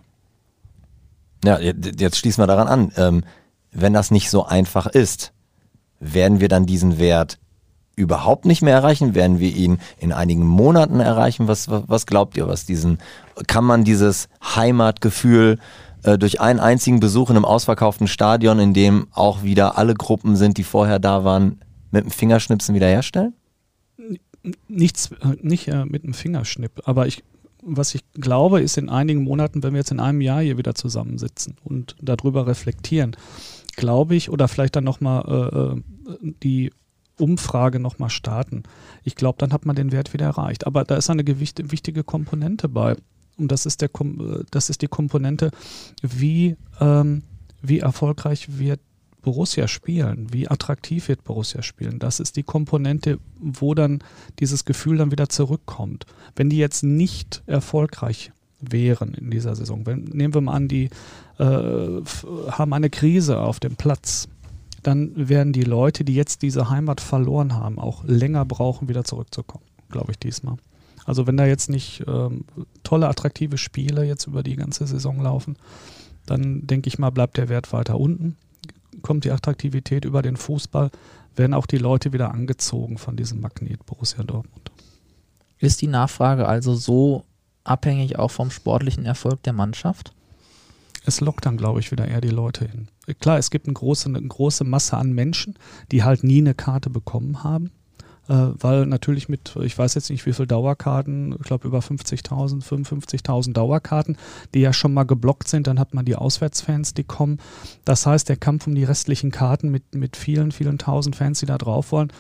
Ja, jetzt schließen wir daran an. Ähm, wenn das nicht so einfach ist, werden wir dann diesen Wert überhaupt nicht mehr erreichen? Werden wir ihn in einigen Monaten erreichen? Was, was, was glaubt ihr, was diesen, kann man dieses Heimatgefühl äh, durch einen einzigen Besuch in einem ausverkauften Stadion, in dem auch wieder alle Gruppen sind, die vorher da waren, mit dem Fingerschnipsen wiederherstellen? Nichts, nicht äh, mit einem Fingerschnipp, aber ich, was ich glaube, ist in einigen Monaten, wenn wir jetzt in einem Jahr hier wieder zusammensitzen und darüber reflektieren, glaube ich, oder vielleicht dann nochmal äh, die Umfrage nochmal starten. Ich glaube, dann hat man den Wert wieder erreicht. Aber da ist eine gewicht, wichtige Komponente bei. Und das ist, der, das ist die Komponente, wie, ähm, wie erfolgreich wird Borussia spielen, wie attraktiv wird Borussia spielen. Das ist die Komponente, wo dann dieses Gefühl dann wieder zurückkommt. Wenn die jetzt nicht erfolgreich wären in dieser Saison, wenn, nehmen wir mal an, die äh, f- haben eine Krise auf dem Platz, dann werden die Leute, die jetzt diese Heimat verloren haben, auch länger brauchen, wieder zurückzukommen, glaube ich diesmal. Also wenn da jetzt nicht ähm, tolle, attraktive Spiele jetzt über die ganze Saison laufen, dann denke ich mal, bleibt der Wert weiter unten. Kommt die Attraktivität über den Fußball, werden auch die Leute wieder angezogen von diesem Magnet Borussia Dortmund. Ist die Nachfrage also so abhängig auch vom sportlichen Erfolg der Mannschaft? Es lockt dann, glaube ich, wieder eher die Leute hin. Klar, es gibt eine große, eine große Masse an Menschen, die halt nie eine Karte bekommen haben, äh, weil natürlich mit, ich weiß jetzt nicht wie viele Dauerkarten, ich glaube über fünfzigtausend, fünfundfünfzigtausend Dauerkarten, die ja schon mal geblockt sind, dann hat man die Auswärtsfans, die kommen. Das heißt, der Kampf um die restlichen Karten mit, mit vielen, vielen tausend Fans, die da drauf wollen,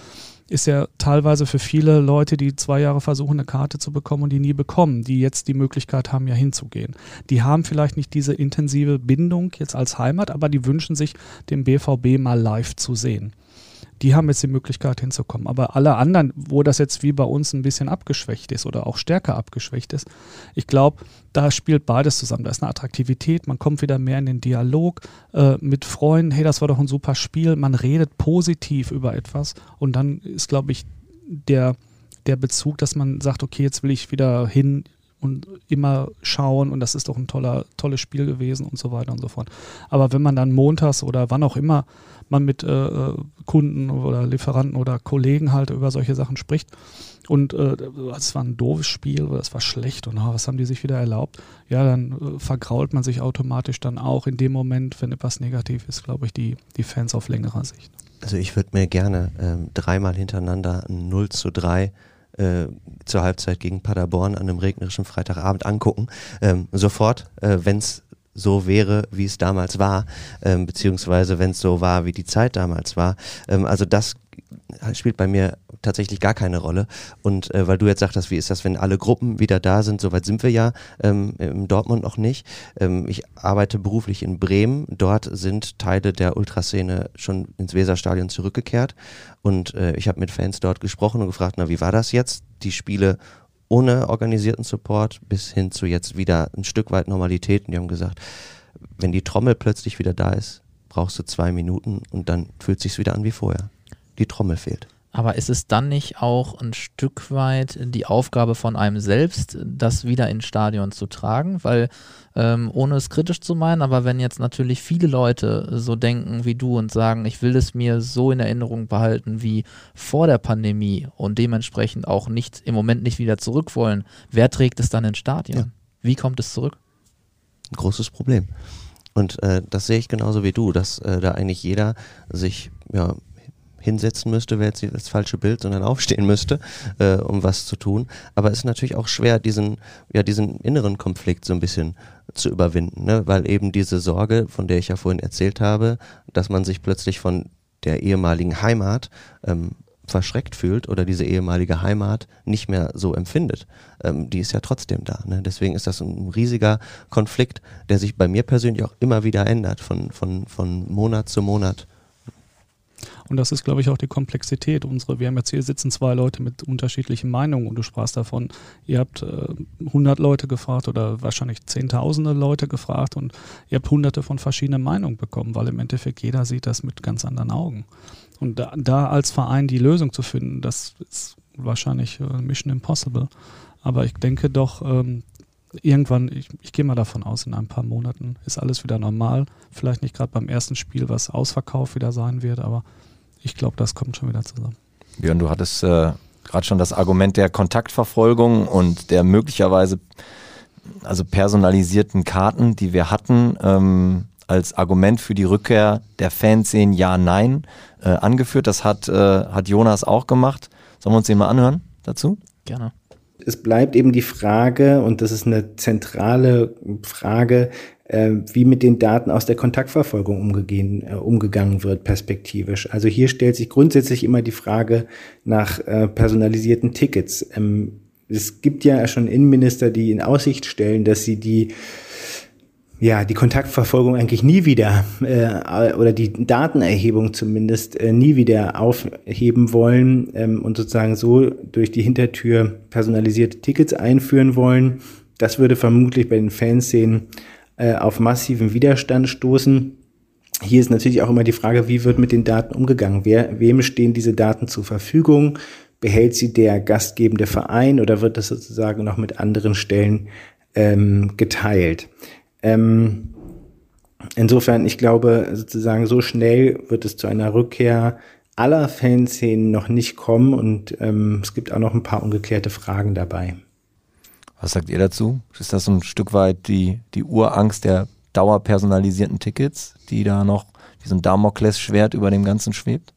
ist ja teilweise für viele Leute, die zwei Jahre versuchen, eine Karte zu bekommen und die nie bekommen, die jetzt die Möglichkeit haben, ja hinzugehen. Die haben vielleicht nicht diese intensive Bindung jetzt als Heimat, aber die wünschen sich, den B V B mal live zu sehen. Die haben jetzt die Möglichkeit hinzukommen. Aber alle anderen, wo das jetzt wie bei uns ein bisschen abgeschwächt ist oder auch stärker abgeschwächt ist, ich glaube, da spielt beides zusammen. Da ist eine Attraktivität, man kommt wieder mehr in den Dialog äh, mit Freunden. Hey, das war doch ein super Spiel. Man redet positiv über etwas und dann ist, glaube ich, der, der Bezug, dass man sagt, okay, jetzt will ich wieder hin und immer schauen und das ist doch ein toller, tolles Spiel gewesen und so weiter und so fort. Aber wenn man dann montags oder wann auch immer man mit äh, Kunden oder Lieferanten oder Kollegen halt über solche Sachen spricht und äh, es war ein doofes Spiel oder es war schlecht und oh, was haben die sich wieder erlaubt, ja, dann äh, vergrault man sich automatisch dann auch in dem Moment, wenn etwas negativ ist, glaube ich, die, die Fans auf längerer Sicht. Also ich würde mir gerne ähm, dreimal hintereinander ein null zu drei Äh, zur Halbzeit gegen Paderborn an einem regnerischen Freitagabend angucken. Ähm, sofort, äh, wenn es so wäre, wie es damals war, ähm, beziehungsweise wenn es so war, wie die Zeit damals war. Ähm, also das spielt bei mir tatsächlich gar keine Rolle. Und äh, weil du jetzt sagtest, wie ist das, wenn alle Gruppen wieder da sind, soweit sind wir ja ähm, in Dortmund noch nicht. Ähm, ich arbeite beruflich in Bremen. Dort sind Teile der Ultraszene schon ins Weserstadion zurückgekehrt. Und äh, ich habe mit Fans dort gesprochen und gefragt, na, wie war das jetzt? Die Spiele ohne organisierten Support bis hin zu jetzt wieder ein Stück weit Normalität. Und die haben gesagt, wenn die Trommel plötzlich wieder da ist, brauchst du zwei Minuten und dann fühlt es sich wieder an wie vorher. Die Trommel fehlt. Aber ist es dann nicht auch ein Stück weit die Aufgabe von einem selbst, das wieder ins Stadion zu tragen? Weil, ähm, ohne es kritisch zu meinen, aber wenn jetzt natürlich viele Leute so denken wie du und sagen, ich will es mir so in Erinnerung behalten wie vor der Pandemie und dementsprechend auch nicht im Moment nicht wieder zurück wollen, wer trägt es dann ins Stadion? Ja. Wie kommt es zurück? Ein großes Problem. Und äh, das sehe ich genauso wie du, dass äh, da eigentlich jeder sich ja hinsetzen müsste, wäre jetzt das falsche Bild, sondern aufstehen müsste, äh, um was zu tun. Aber es ist natürlich auch schwer, diesen, ja, diesen inneren Konflikt so ein bisschen zu überwinden, ne? Weil eben diese Sorge, von der ich ja vorhin erzählt habe, dass man sich plötzlich von der ehemaligen Heimat ähm, verschreckt fühlt oder diese ehemalige Heimat nicht mehr so empfindet, ähm, die ist ja trotzdem da. Ne? Deswegen ist das ein riesiger Konflikt, der sich bei mir persönlich auch immer wieder ändert, von, von, von Monat zu Monat. Und das ist, glaube ich, auch die Komplexität. Unsere, wir haben jetzt hier sitzen zwei Leute mit unterschiedlichen Meinungen und du sprachst davon, ihr habt äh, hundert Leute gefragt oder wahrscheinlich zehntausende Leute gefragt und ihr habt hunderte von verschiedenen Meinungen bekommen, weil im Endeffekt jeder sieht das mit ganz anderen Augen. Und da, da als Verein die Lösung zu finden, das ist wahrscheinlich äh, Mission Impossible. Aber ich denke doch, ähm, irgendwann, ich, ich gehe mal davon aus, in ein paar Monaten ist alles wieder normal. Vielleicht nicht gerade beim ersten Spiel, was Ausverkauf wieder sein wird, aber ich glaube, das kommt schon wieder zusammen. Björn, du hattest äh, gerade schon das Argument der Kontaktverfolgung und der möglicherweise also personalisierten Karten, die wir hatten, ähm, als Argument für die Rückkehr der Fanszenen Ja, Nein äh, angeführt. Das hat, äh, hat Jonas auch gemacht. Sollen wir uns den mal anhören dazu? Gerne. Es bleibt eben die Frage, und das ist eine zentrale Frage, äh, wie mit den Daten aus der Kontaktverfolgung umgegehen, äh, umgegangen wird perspektivisch. Also hier stellt sich grundsätzlich immer die Frage nach äh, personalisierten Tickets. Ähm, es gibt ja schon Innenminister, die in Aussicht stellen, dass sie die ja, die Kontaktverfolgung eigentlich nie wieder äh, oder die Datenerhebung zumindest äh, nie wieder aufheben wollen ähm, und sozusagen so durch die Hintertür personalisierte Tickets einführen wollen. Das würde vermutlich bei den Fanszenen äh, auf massiven Widerstand stoßen. Hier ist natürlich auch immer die Frage, wie wird mit den Daten umgegangen? Wer, wem stehen diese Daten zur Verfügung? Behält sie der gastgebende Verein oder wird das sozusagen noch mit anderen Stellen ähm, geteilt? Ähm, insofern, ich glaube, sozusagen so schnell wird es zu einer Rückkehr aller Fanszenen noch nicht kommen und ähm, es gibt auch noch ein paar ungeklärte Fragen dabei. Was sagt ihr dazu? Ist das so ein Stück weit die, die Urangst der dauerpersonalisierten Tickets, die da noch wie so ein Damoklesschwert über dem Ganzen schwebt?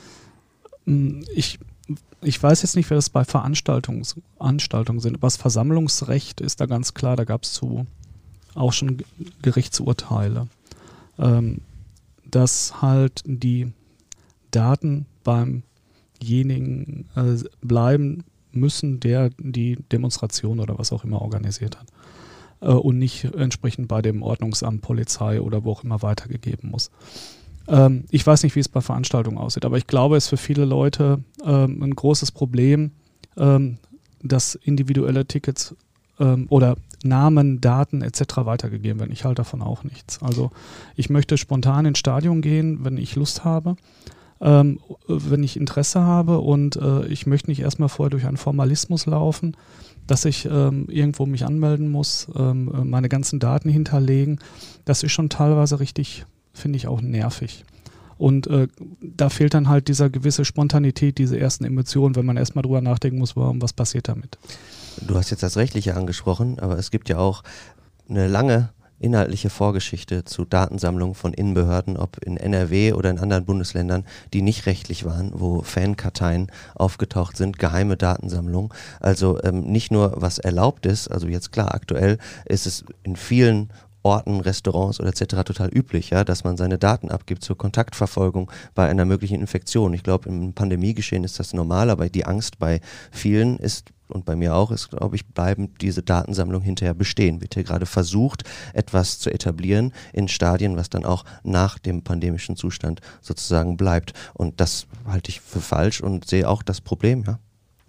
Ich, ich weiß jetzt nicht, wer das bei Veranstaltungen, Veranstaltungen sind, aber das Versammlungsrecht ist da ganz klar, da gab es zu auch schon Gerichtsurteile, ähm, dass halt die Daten beim demjenigen äh, bleiben müssen, der die Demonstration oder was auch immer organisiert hat. Äh, und nicht entsprechend bei dem Ordnungsamt, Polizei oder wo auch immer weitergegeben muss. Ähm, ich weiß nicht, wie es bei Veranstaltungen aussieht, aber ich glaube, es ist für viele Leute ähm, ein großes Problem, ähm, dass individuelle Tickets ähm, oder Namen, Daten et cetera weitergegeben werden. Ich halte davon auch nichts. Also ich möchte spontan ins Stadion gehen, wenn ich Lust habe, ähm, wenn ich Interesse habe und äh, ich möchte nicht erstmal vorher durch einen Formalismus laufen, dass ich ähm, irgendwo mich anmelden muss, ähm, meine ganzen Daten hinterlegen. Das ist schon teilweise richtig, finde ich, auch nervig. Und äh, da fehlt dann halt dieser gewisse Spontanität, diese ersten Emotionen, wenn man erstmal drüber nachdenken muss, warum, was passiert damit. Du hast jetzt das Rechtliche angesprochen, aber es gibt ja auch eine lange inhaltliche Vorgeschichte zu Datensammlungen von Innenbehörden, ob in N R W oder in anderen Bundesländern, die nicht rechtlich waren, wo Fankarteien aufgetaucht sind, geheime Datensammlungen. Also ähm, nicht nur was erlaubt ist, also jetzt klar, aktuell ist es in vielen Orten, Restaurants oder et cetera total üblich, ja, dass man seine Daten abgibt zur Kontaktverfolgung bei einer möglichen Infektion. Ich glaube, im Pandemiegeschehen ist das normal, aber die Angst bei vielen ist, und bei mir auch, ist, glaube ich, bleiben diese Datensammlung hinterher bestehen. Wird hier gerade versucht, etwas zu etablieren in Stadien, was dann auch nach dem pandemischen Zustand sozusagen bleibt. Und das halte ich für falsch und sehe auch das Problem, ja.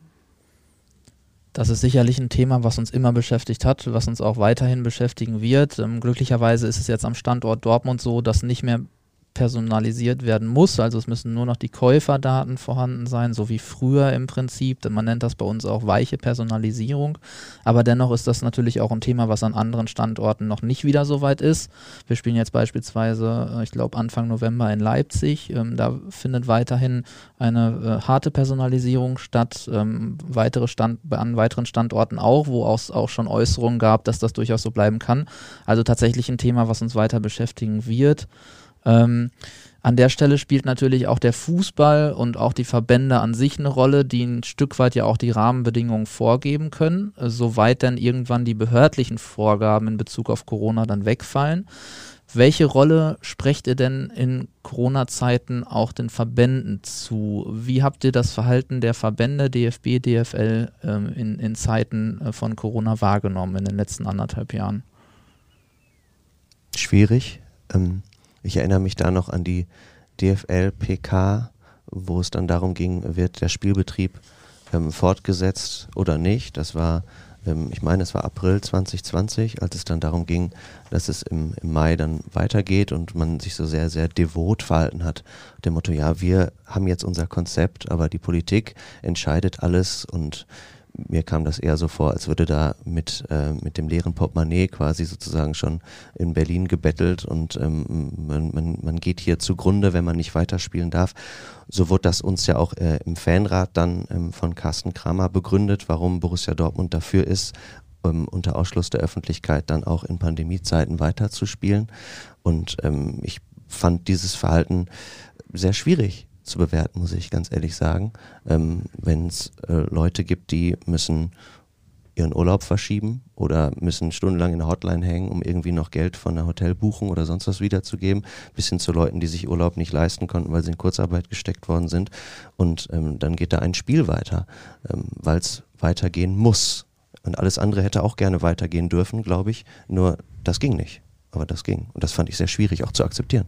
Das ist sicherlich ein Thema, was uns immer beschäftigt hat, was uns auch weiterhin beschäftigen wird. Ähm, glücklicherweise ist es jetzt am Standort Dortmund so, dass nicht mehr personalisiert werden muss, also es müssen nur noch die Käuferdaten vorhanden sein, so wie früher im Prinzip, man nennt das bei uns auch weiche Personalisierung, aber dennoch ist das natürlich auch ein Thema, was an anderen Standorten noch nicht wieder so weit ist. Wir spielen jetzt beispielsweise, ich glaube Anfang November in Leipzig, ähm, da findet weiterhin eine äh, harte Personalisierung statt, ähm, weitere Stand, an weiteren Standorten auch, wo es auch schon Äußerungen gab, dass das durchaus so bleiben kann, also tatsächlich ein Thema, was uns weiter beschäftigen wird. Ähm, an der Stelle spielt natürlich auch der Fußball und auch die Verbände an sich eine Rolle, die ein Stück weit ja auch die Rahmenbedingungen vorgeben können, äh, soweit dann irgendwann die behördlichen Vorgaben in Bezug auf Corona dann wegfallen. Welche Rolle sprecht ihr denn in Corona-Zeiten auch den Verbänden zu? Wie habt ihr das Verhalten der Verbände, D F B, D F L, ähm, in, in Zeiten äh, von Corona wahrgenommen in den letzten anderthalb Jahren? Schwierig. Ähm Ich erinnere mich da noch an die D F L-P K, wo es dann darum ging, wird der Spielbetrieb ähm, fortgesetzt oder nicht. Das war, ähm, ich meine, es war April zwanzig zwanzig, als es dann darum ging, dass es im, im Mai dann weitergeht und man sich so sehr, sehr devot verhalten hat. Dem Motto, ja, wir haben jetzt unser Konzept, aber die Politik entscheidet alles und mir kam das eher so vor, als würde da mit, äh, mit dem leeren Portemonnaie quasi sozusagen schon in Berlin gebettelt und ähm, man, man, man geht hier zugrunde, wenn man nicht weiterspielen darf. So wurde das uns ja auch äh, im Fanrat dann ähm, von Carsten Kramer begründet, warum Borussia Dortmund dafür ist, ähm, unter Ausschluss der Öffentlichkeit dann auch in Pandemiezeiten weiterzuspielen. Und ähm, ich fand dieses Verhalten sehr schwierig zu bewerten, muss ich ganz ehrlich sagen. Ähm, wenn es äh, Leute gibt, die müssen ihren Urlaub verschieben oder müssen stundenlang in der Hotline hängen, um irgendwie noch Geld von der Hotelbuchung oder sonst was wiederzugeben, bis hin zu Leuten, die sich Urlaub nicht leisten konnten, weil sie in Kurzarbeit gesteckt worden sind. Und ähm, dann geht da ein Spiel weiter, ähm, weil es weitergehen muss. Und alles andere hätte auch gerne weitergehen dürfen, glaube ich. Nur das ging nicht. Aber das ging. Und das fand ich sehr schwierig auch zu akzeptieren.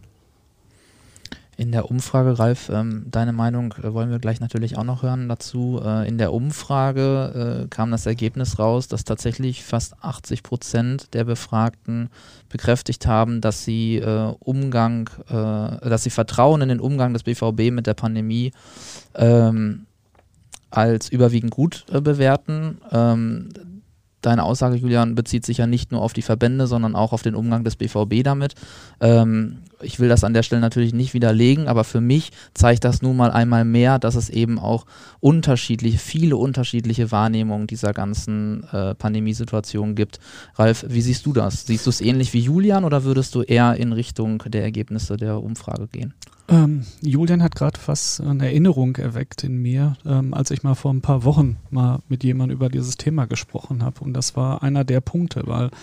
In der Umfrage, Ralf, ähm, deine Meinung äh, wollen wir gleich natürlich auch noch hören dazu. Äh, in der Umfrage äh, kam das Ergebnis raus, dass tatsächlich fast achtzig Prozent der Befragten bekräftigt haben, dass sie äh, Umgang, äh, dass sie Vertrauen in den Umgang des B V B mit der Pandemie ähm, als überwiegend gut äh, bewerten. Ähm, Deine Aussage, Julian, bezieht sich ja nicht nur auf die Verbände, sondern auch auf den Umgang des B V B damit. Ähm, ich will das an der Stelle natürlich nicht widerlegen, aber für mich zeigt das nun mal einmal mehr, dass es eben auch unterschiedliche, viele unterschiedliche Wahrnehmungen dieser ganzen äh, Pandemiesituation gibt. Ralf, wie siehst du das? Siehst du es ähnlich wie Julian oder würdest du eher in Richtung der Ergebnisse der Umfrage gehen? Ähm, Julian hat gerade was eine Erinnerung erweckt in mir, ähm, als ich mal vor ein paar Wochen mal mit jemandem über dieses Thema gesprochen habe. Und das war einer der Punkte, weil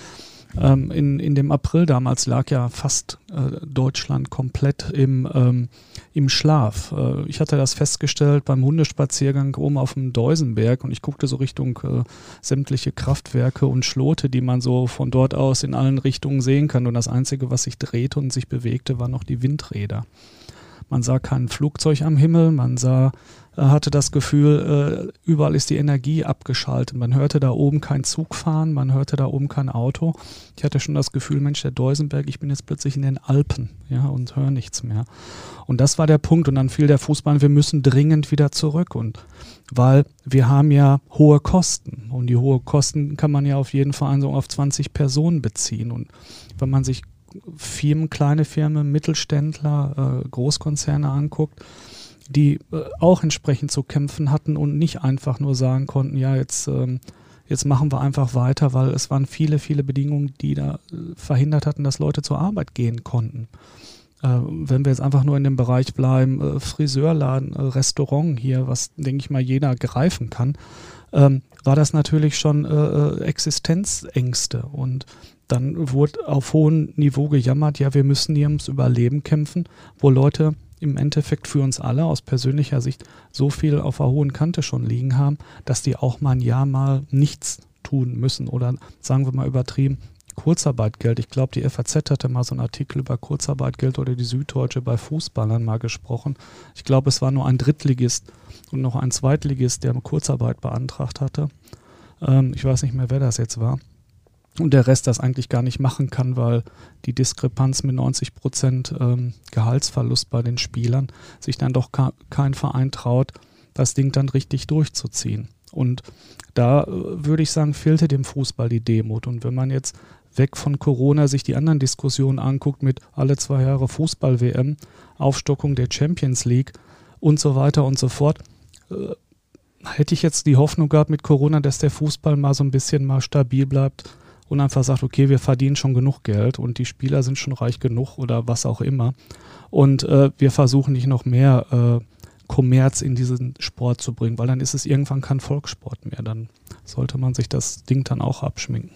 ähm, in, in dem April damals lag ja fast äh, Deutschland komplett im, ähm, im Schlaf. Äh, ich hatte das festgestellt beim Hundespaziergang oben auf dem Deusenberg und ich guckte so Richtung äh, sämtliche Kraftwerke und Schlote, die man so von dort aus in allen Richtungen sehen kann. Und das Einzige, was sich drehte und sich bewegte, waren noch die Windräder. Man sah kein Flugzeug am Himmel, man sah, äh, hatte das Gefühl, äh, überall ist die Energie abgeschaltet. Man hörte da oben kein Zug fahren, man hörte da oben kein Auto. Ich hatte schon das Gefühl, Mensch, der Deusenberg, ich bin jetzt plötzlich in den Alpen, ja, und höre nichts mehr. Und das war der Punkt. Und dann fiel der Fußball, wir müssen dringend wieder zurück. Und weil wir haben ja hohe Kosten. Und die hohen Kosten kann man ja auf jeden Fall so auf zwanzig Personen beziehen. Und wenn man sich Firmen, kleine Firmen, Mittelständler, äh, Großkonzerne anguckt, die äh, auch entsprechend zu kämpfen hatten und nicht einfach nur sagen konnten, ja, jetzt, ähm, jetzt machen wir einfach weiter, weil es waren viele, viele Bedingungen, die da äh, verhindert hatten, dass Leute zur Arbeit gehen konnten. Äh, wenn wir jetzt einfach nur in dem Bereich bleiben, äh, Friseurladen, äh, Restaurant hier, was, denke ich mal, jeder greifen kann, ähm, war das natürlich schon äh, Existenzängste. Und dann wurde auf hohem Niveau gejammert, ja, wir müssen hier ums Überleben kämpfen, wo Leute im Endeffekt für uns alle aus persönlicher Sicht so viel auf der hohen Kante schon liegen haben, dass die auch mal ein Jahr mal nichts tun müssen oder, sagen wir mal übertrieben, Kurzarbeitgeld. Ich glaube, die F A Z hatte mal so einen Artikel über Kurzarbeitgeld oder die Süddeutsche bei Fußballern mal gesprochen. Ich glaube, es war nur ein Drittligist und noch ein Zweitligist, der Kurzarbeit beantragt hatte. Ähm, ich weiß nicht mehr, wer das jetzt war. Und der Rest das eigentlich gar nicht machen kann, weil die Diskrepanz mit neunzig Prozent ähm, Gehaltsverlust bei den Spielern sich dann doch ka- kein Verein traut, das Ding dann richtig durchzuziehen. Und da äh, würde ich sagen, fehlte dem Fußball die Demut. Und wenn man jetzt weg von Corona sich die anderen Diskussionen anguckt mit alle zwei Jahre Fußball-W M, Aufstockung der Champions League und so weiter und so fort, äh, hätte ich jetzt die Hoffnung gehabt mit Corona, dass der Fußball mal so ein bisschen mal stabil bleibt und einfach sagt, okay, wir verdienen schon genug Geld und die Spieler sind schon reich genug oder was auch immer. Und äh, wir versuchen nicht noch mehr äh, Kommerz in diesen Sport zu bringen, weil dann ist es irgendwann kein Volkssport mehr. Dann sollte man sich das Ding dann auch abschminken.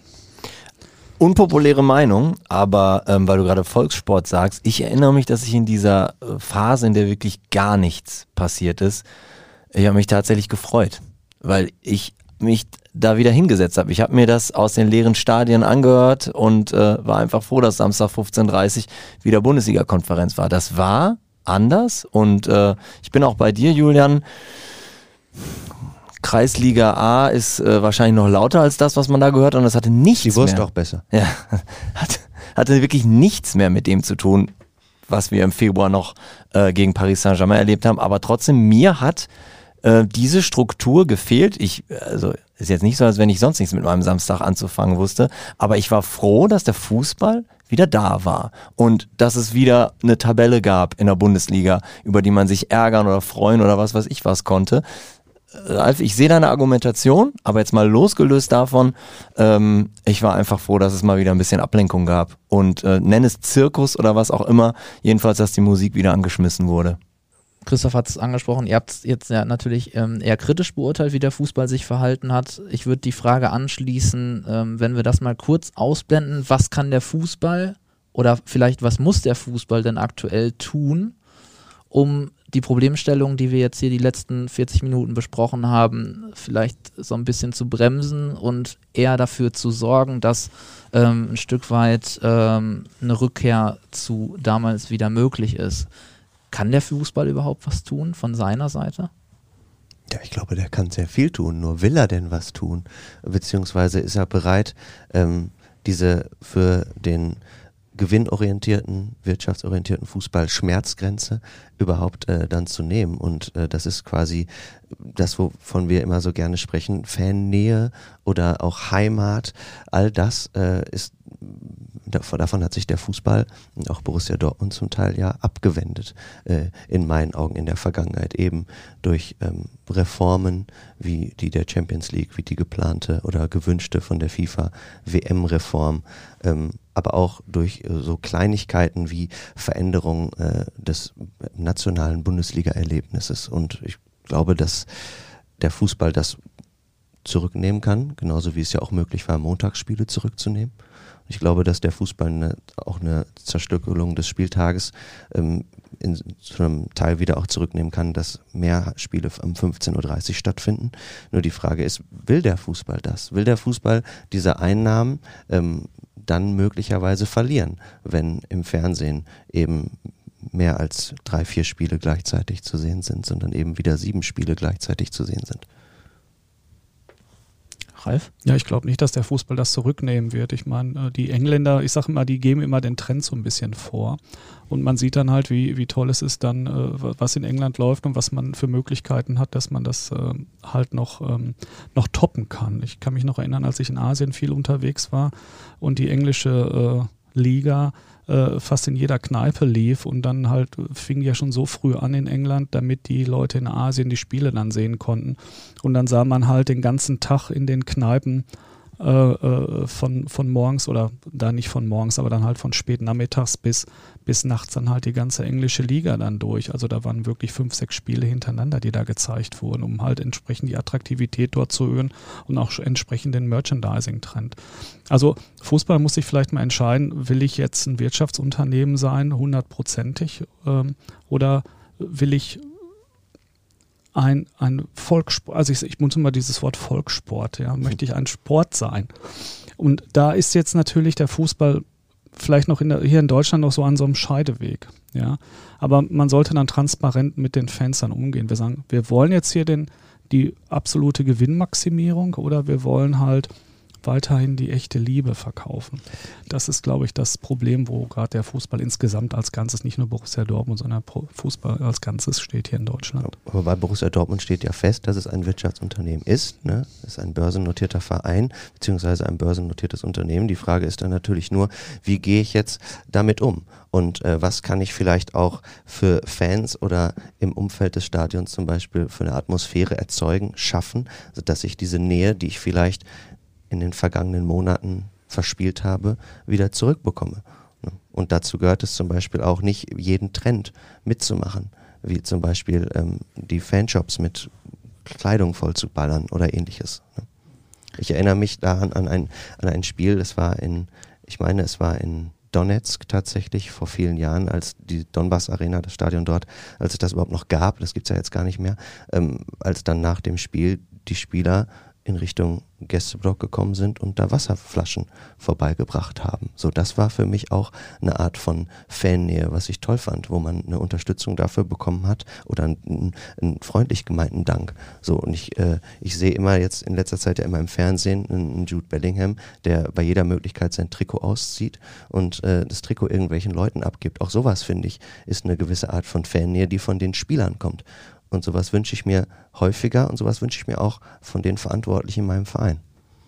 Unpopuläre Meinung, aber ähm, weil du gerade Volkssport sagst, ich erinnere mich, dass ich in dieser äh, Phase, in der wirklich gar nichts passiert ist, ich habe mich tatsächlich gefreut, weil ich mich da wieder hingesetzt habe. Ich habe mir das aus den leeren Stadien angehört und äh, war einfach froh, dass Samstag fünfzehn Uhr dreißig wieder Bundesliga-Konferenz war. Das war anders und äh, ich bin auch bei dir, Julian. Kreisliga A ist äh, wahrscheinlich noch lauter als das, was man da gehört hat, und das hatte nichts mehr. Die Wurst auch besser. Ja, hatte, hatte wirklich nichts mehr mit dem zu tun, was wir im Februar noch äh, gegen Paris Saint-Germain erlebt haben. Aber trotzdem, mir hat äh, diese Struktur gefehlt. Ich, also ist jetzt nicht so, als wenn ich sonst nichts mit meinem Samstag anzufangen wusste, aber ich war froh, dass der Fußball wieder da war und dass es wieder eine Tabelle gab in der Bundesliga, über die man sich ärgern oder freuen oder was weiß ich was konnte. Ralf, ich sehe deine Argumentation, aber jetzt mal losgelöst davon, ähm, ich war einfach froh, dass es mal wieder ein bisschen Ablenkung gab und äh, nenn es Zirkus oder was auch immer, jedenfalls, dass die Musik wieder angeschmissen wurde. Christoph hat es angesprochen, ihr habt es jetzt ja natürlich ähm, eher kritisch beurteilt, wie der Fußball sich verhalten hat. Ich würde die Frage anschließen, ähm, wenn wir das mal kurz ausblenden, was kann der Fußball oder vielleicht was muss der Fußball denn aktuell tun, um die Problemstellung, die wir jetzt hier die letzten vierzig Minuten besprochen haben, vielleicht so ein bisschen zu bremsen und eher dafür zu sorgen, dass ähm, ein Stück weit ähm, eine Rückkehr zu damals wieder möglich ist. Kann der Fußball überhaupt was tun von seiner Seite? Ja, ich glaube, der kann sehr viel tun. Nur will er denn was tun? Beziehungsweise ist er bereit, ähm, diese für den gewinnorientierten, wirtschaftsorientierten Fußball Schmerzgrenze überhaupt äh, dann zu nehmen. Und äh, das ist quasi das, wovon wir immer so gerne sprechen, Fannähe oder auch Heimat. All das äh, ist, davon hat sich der Fußball und auch Borussia Dortmund zum Teil ja abgewendet, äh, in meinen Augen in der Vergangenheit, eben durch ähm, Reformen wie die der Champions League, wie die geplante oder gewünschte von der FIFA W M-Reform, ähm, aber auch durch äh, so Kleinigkeiten wie Veränderung äh, des nationalen Bundesliga-Erlebnisses. Und ich glaube, dass der Fußball das zurücknehmen kann, genauso wie es ja auch möglich war, Montagsspiele zurückzunehmen. Ich glaube, dass der Fußball eine, auch eine Zerstückelung des Spieltages ähm, in, zu einem Teil wieder auch zurücknehmen kann, dass mehr Spiele um fünfzehn Uhr dreißig stattfinden. Nur die Frage ist, will der Fußball das? Will der Fußball diese Einnahmen ähm, dann möglicherweise verlieren, wenn im Fernsehen eben mehr als drei, vier Spiele gleichzeitig zu sehen sind, sondern eben wieder sieben Spiele gleichzeitig zu sehen sind? Ralf? Ja, ich glaube nicht, dass der Fußball das zurücknehmen wird. Ich meine, die Engländer, ich sage immer, die geben immer den Trend so ein bisschen vor. Und man sieht dann halt, wie, wie toll es ist dann, was in England läuft und was man für Möglichkeiten hat, dass man das halt noch, noch toppen kann. Ich kann mich noch erinnern, als ich in Asien viel unterwegs war und die englische Liga äh, fast in jeder Kneipe lief und dann halt fing ja schon so früh an in England, damit die Leute in Asien die Spiele dann sehen konnten. Und dann sah man halt den ganzen Tag in den Kneipen äh, äh, von, von morgens oder da nicht von morgens, aber dann halt von spät nachmittags bis, bis nachts dann halt die ganze englische Liga dann durch. Also da waren wirklich fünf, sechs Spiele hintereinander, die da gezeigt wurden, um halt entsprechend die Attraktivität dort zu erhöhen und auch entsprechend den Merchandising-Trend. Also Fußball muss sich vielleicht mal entscheiden, will ich jetzt ein Wirtschaftsunternehmen sein, hundertprozentig, ähm, oder will ich ein, ein Volkssport, also ich, ich benutze mal dieses Wort Volkssport, ja, möchte ich ein Sport sein. Und da ist jetzt natürlich der Fußball vielleicht noch in der, hier in Deutschland noch so an so einem Scheideweg, ja. Aber man sollte dann transparent mit den Fans dann umgehen. Wir sagen, wir wollen jetzt hier den, die absolute Gewinnmaximierung oder wir wollen halt weiterhin die echte Liebe verkaufen. Das ist, glaube ich, das Problem, wo gerade der Fußball insgesamt als Ganzes, nicht nur Borussia Dortmund, sondern Fußball als Ganzes steht hier in Deutschland. Aber bei Borussia Dortmund steht ja fest, dass es ein Wirtschaftsunternehmen ist. Ne? Es ist ein börsennotierter Verein, beziehungsweise ein börsennotiertes Unternehmen. Die Frage ist dann natürlich nur, wie gehe ich jetzt damit um? Und äh, was kann ich vielleicht auch für Fans oder im Umfeld des Stadions zum Beispiel für eine Atmosphäre erzeugen, schaffen, sodass ich diese Nähe, die ich vielleicht in den vergangenen Monaten verspielt habe, wieder zurückbekomme. Und dazu gehört es zum Beispiel auch nicht, jeden Trend mitzumachen, wie zum Beispiel ähm, die Fanshops mit Kleidung voll zu ballern oder ähnliches. Ich erinnere mich daran an ein, an ein Spiel, das war in, ich meine, es war in Donetsk tatsächlich vor vielen Jahren, als die Donbass Arena, das Stadion dort, als es das überhaupt noch gab, das gibt es ja jetzt gar nicht mehr, ähm, als dann nach dem Spiel die Spieler in Richtung Gästeblock gekommen sind und da Wasserflaschen vorbeigebracht haben. So, das war für mich auch eine Art von Fannähe, was ich toll fand, wo man eine Unterstützung dafür bekommen hat oder einen, einen freundlich gemeinten Dank. So, und ich, äh, ich sehe immer jetzt in letzter Zeit ja immer im Fernsehen einen Jude Bellingham, der bei jeder Möglichkeit sein Trikot auszieht und äh, das Trikot irgendwelchen Leuten abgibt. Auch sowas, finde ich, ist eine gewisse Art von Fannähe, die von den Spielern kommt. Und sowas wünsche ich mir häufiger und sowas wünsche ich mir auch von den Verantwortlichen in meinem Verein.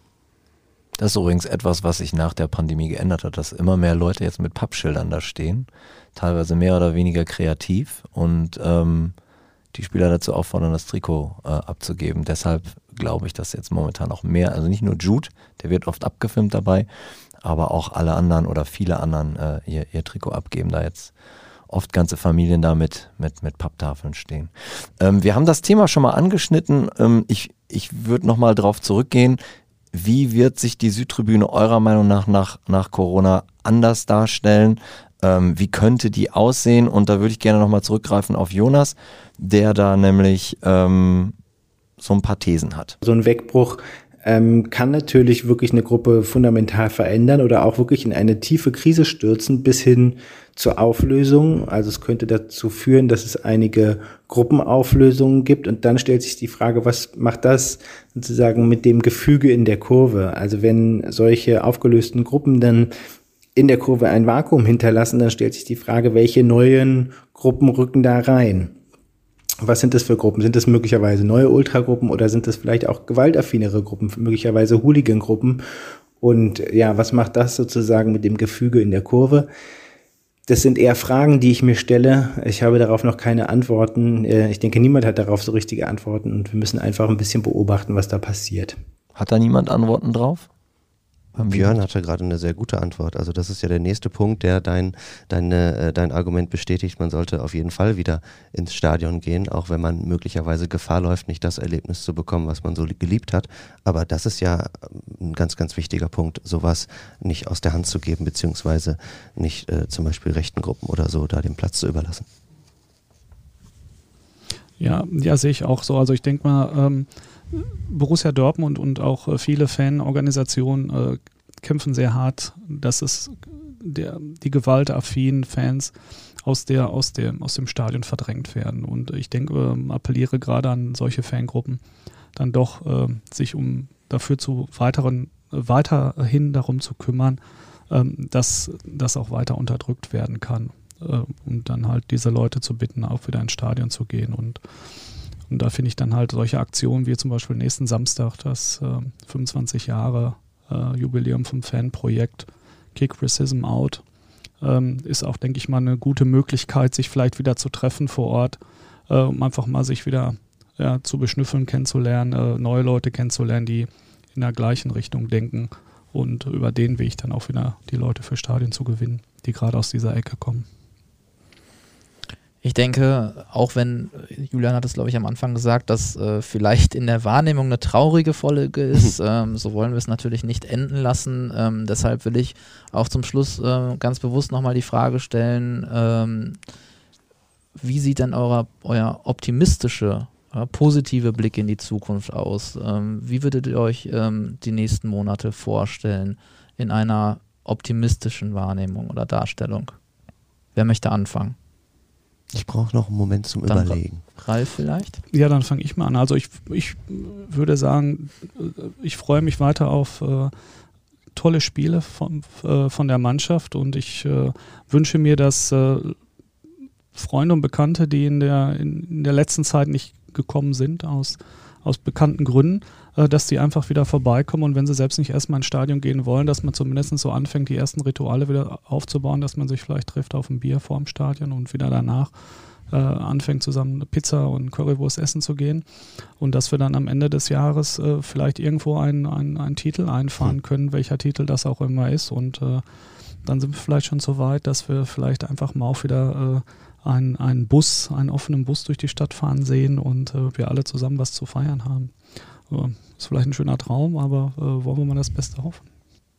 Das ist übrigens etwas, was sich nach der Pandemie geändert hat, dass immer mehr Leute jetzt mit Pappschildern da stehen, teilweise mehr oder weniger kreativ und ähm, die Spieler dazu auffordern, das Trikot äh, abzugeben. Deshalb glaube ich, dass jetzt momentan auch mehr, also nicht nur Jude, der wird oft abgefilmt dabei, aber auch alle anderen oder viele anderen äh, ihr, ihr Trikot abgeben, da jetzt oft ganze Familien da mit, mit, mit Papptafeln stehen. Ähm, wir haben das Thema schon mal angeschnitten. Ähm, ich ich würde nochmal drauf zurückgehen. Wie wird sich die Südtribüne eurer Meinung nach nach, nach Corona anders darstellen? Ähm, wie könnte die aussehen? Und da würde ich gerne nochmal zurückgreifen auf Jonas, der da nämlich ähm, so ein paar Thesen hat. So ein Wegbruch ähm, kann natürlich wirklich eine Gruppe fundamental verändern oder auch wirklich in eine tiefe Krise stürzen bis hin zur Auflösung. Also es könnte dazu führen, dass es einige Gruppenauflösungen gibt und dann stellt sich die Frage, was macht das sozusagen mit dem Gefüge in der Kurve? Also wenn solche aufgelösten Gruppen dann in der Kurve ein Vakuum hinterlassen, dann stellt sich die Frage, welche neuen Gruppen rücken da rein? Was sind das für Gruppen? Sind das möglicherweise neue Ultragruppen oder sind das vielleicht auch gewaltaffinere Gruppen, möglicherweise Hooligan-Gruppen? Und ja, was macht das sozusagen mit dem Gefüge in der Kurve? Das sind eher Fragen, die ich mir stelle. Ich habe darauf noch keine Antworten. Ich denke, niemand hat darauf so richtige Antworten und wir müssen einfach ein bisschen beobachten, was da passiert. Hat da niemand Antworten drauf? Björn hatte gerade eine sehr gute Antwort. Also das ist ja der nächste Punkt, der dein, deine, äh, dein Argument bestätigt. Man sollte auf jeden Fall wieder ins Stadion gehen, auch wenn man möglicherweise Gefahr läuft, nicht das Erlebnis zu bekommen, was man so geliebt hat. Aber das ist ja ein ganz, ganz wichtiger Punkt, sowas nicht aus der Hand zu geben, beziehungsweise nicht äh, zum Beispiel rechten Gruppen oder so da den Platz zu überlassen. Ja, ja, sehe ich auch so. Also ich denke mal, ähm, Borussia Dortmund und auch äh, viele Fanorganisationen äh, kämpfen sehr hart, dass es der, die gewaltaffinen Fans aus, der, aus, der, aus dem Stadion verdrängt werden. Und ich denke, äh, appelliere gerade an solche Fangruppen, dann doch äh, sich um dafür zu weiteren, weiterhin darum zu kümmern, ähm, dass das auch weiter unterdrückt werden kann. Äh, und dann halt diese Leute zu bitten, auch wieder ins Stadion zu gehen. Und Und da finde ich dann halt solche Aktionen wie zum Beispiel nächsten Samstag das äh, fünfundzwanzig Jahre äh, Jubiläum vom Fanprojekt Kick Racism Out ähm, ist auch, denke ich mal, eine gute Möglichkeit, sich vielleicht wieder zu treffen vor Ort, äh, um einfach mal sich wieder ja, zu beschnüffeln, kennenzulernen, äh, neue Leute kennenzulernen, die in der gleichen Richtung denken und über den Weg dann auch wieder die Leute für Stadien zu gewinnen, die gerade aus dieser Ecke kommen. Ich denke, auch wenn, Julian hat es glaube ich am Anfang gesagt, dass äh, vielleicht in der Wahrnehmung eine traurige Folge ist, ähm, so wollen wir es natürlich nicht enden lassen. Ähm, deshalb will ich auch zum Schluss äh, ganz bewusst nochmal die Frage stellen, ähm, wie sieht denn euer, euer optimistische, äh, positive Blick in die Zukunft aus? Ähm, wie würdet ihr euch ähm, die nächsten Monate vorstellen in einer optimistischen Wahrnehmung oder Darstellung? Wer möchte anfangen? Ich brauche noch einen Moment zum Dann Überlegen. Ralf vielleicht? Ja, dann fange ich mal an. Also ich, ich würde sagen, ich freue mich weiter auf äh, tolle Spiele von, äh, von der Mannschaft und ich äh, wünsche mir, dass äh, Freunde und Bekannte, die in der, in, in der letzten Zeit nicht gekommen sind, aus, aus bekannten Gründen, äh, dass die einfach wieder vorbeikommen und wenn sie selbst nicht erstmal ins Stadion gehen wollen, dass man zumindest so anfängt, die ersten Rituale wieder aufzubauen, dass man sich vielleicht trifft auf ein Bier vor dem Stadion und wieder danach äh, anfängt, zusammen eine Pizza und Currywurst essen zu gehen und dass wir dann am Ende des Jahres äh, vielleicht irgendwo einen, einen, einen Titel einfahren können, welcher Titel das auch immer ist und äh, dann sind wir vielleicht schon so weit, dass wir vielleicht einfach mal auch wieder äh, einen, einen Bus, einen offenen Bus durch die Stadt fahren sehen und äh, wir alle zusammen was zu feiern haben. So, ist vielleicht ein schöner Traum, aber äh, wollen wir mal das Beste hoffen.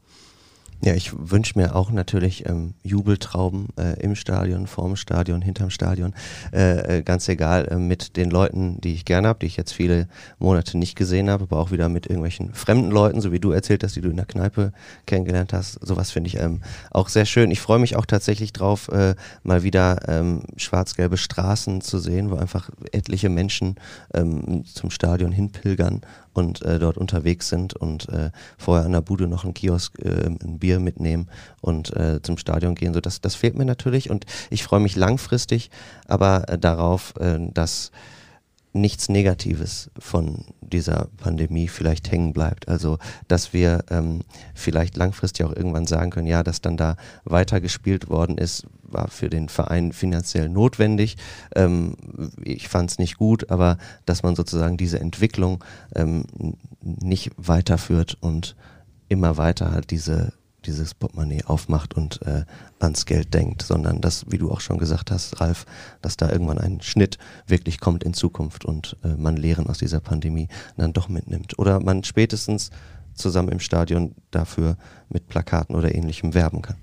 Ja, ich wünsche mir auch natürlich ähm, Jubeltrauben äh, im Stadion, vorm Stadion, hinterm Stadion, äh, äh, ganz egal, äh, mit den Leuten, die ich gerne habe, die ich jetzt viele Monate nicht gesehen habe, aber auch wieder mit irgendwelchen fremden Leuten, so wie du erzählt hast, die du in der Kneipe kennengelernt hast. Sowas finde ich ähm, auch sehr schön. Ich freue mich auch tatsächlich drauf, äh, mal wieder ähm, schwarz-gelbe Straßen zu sehen, wo einfach etliche Menschen ähm, zum Stadion hinpilgern und äh, dort unterwegs sind und äh, vorher an der Bude noch einen Kiosk, äh, ein Bier mitnehmen und äh, zum Stadion gehen. So, das, das fehlt mir natürlich und ich freue mich langfristig aber äh, darauf, äh, dass nichts Negatives von dieser Pandemie vielleicht hängen bleibt. Also, dass wir ähm, vielleicht langfristig auch irgendwann sagen können, ja, dass dann da weiter gespielt worden ist, war für den Verein finanziell notwendig. Ähm, ich fand es nicht gut, aber dass man sozusagen diese Entwicklung ähm, nicht weiterführt und immer weiter halt diese dieses Portemonnaie aufmacht und äh, ans Geld denkt, sondern dass, wie du auch schon gesagt hast, Ralf, dass da irgendwann ein Schnitt wirklich kommt in Zukunft und äh, man Lehren aus dieser Pandemie dann doch mitnimmt. Oder man spätestens zusammen im Stadion dafür mit Plakaten oder Ähnlichem werben kann.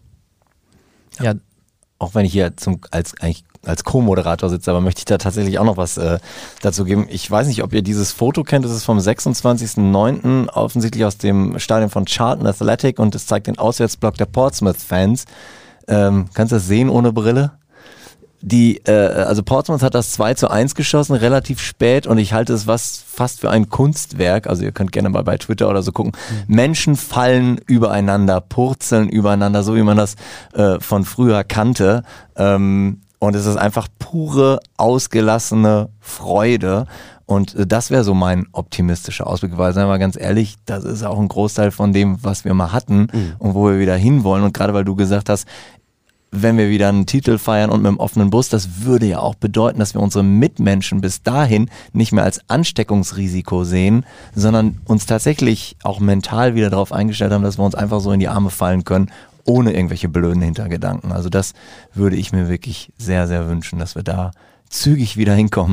Ja, auch wenn ich hier zum, als, eigentlich als Co-Moderator sitze, aber möchte ich da tatsächlich auch noch was äh, dazu geben. Ich weiß nicht, ob ihr dieses Foto kennt, das ist vom sechsundzwanzigsten neunten offensichtlich aus dem Stadion von Charlton Athletic und es zeigt den Auswärtsblock der Portsmouth-Fans. Ähm, kannst du das sehen ohne Brille? Die, äh, also Portsmouth hat das zwei zu eins geschossen, relativ spät und ich halte es was fast für ein Kunstwerk, also ihr könnt gerne mal bei Twitter oder so gucken. Mhm. Menschen fallen übereinander, purzeln übereinander, so wie man das äh, von früher kannte. Ähm, und es ist einfach pure, ausgelassene Freude. Und äh, das wäre so mein optimistischer Ausblick, weil, seien wir mal ganz ehrlich, das ist auch ein Großteil von dem, was wir mal hatten mhm. und wo wir wieder hinwollen. Und gerade weil du gesagt hast, wenn wir wieder einen Titel feiern und mit dem offenen Bus, das würde ja auch bedeuten, dass wir unsere Mitmenschen bis dahin nicht mehr als Ansteckungsrisiko sehen, sondern uns tatsächlich auch mental wieder darauf eingestellt haben, dass wir uns einfach so in die Arme fallen können, ohne irgendwelche blöden Hintergedanken. Also das würde ich mir wirklich sehr, sehr wünschen, dass wir da zügig wieder hinkommen.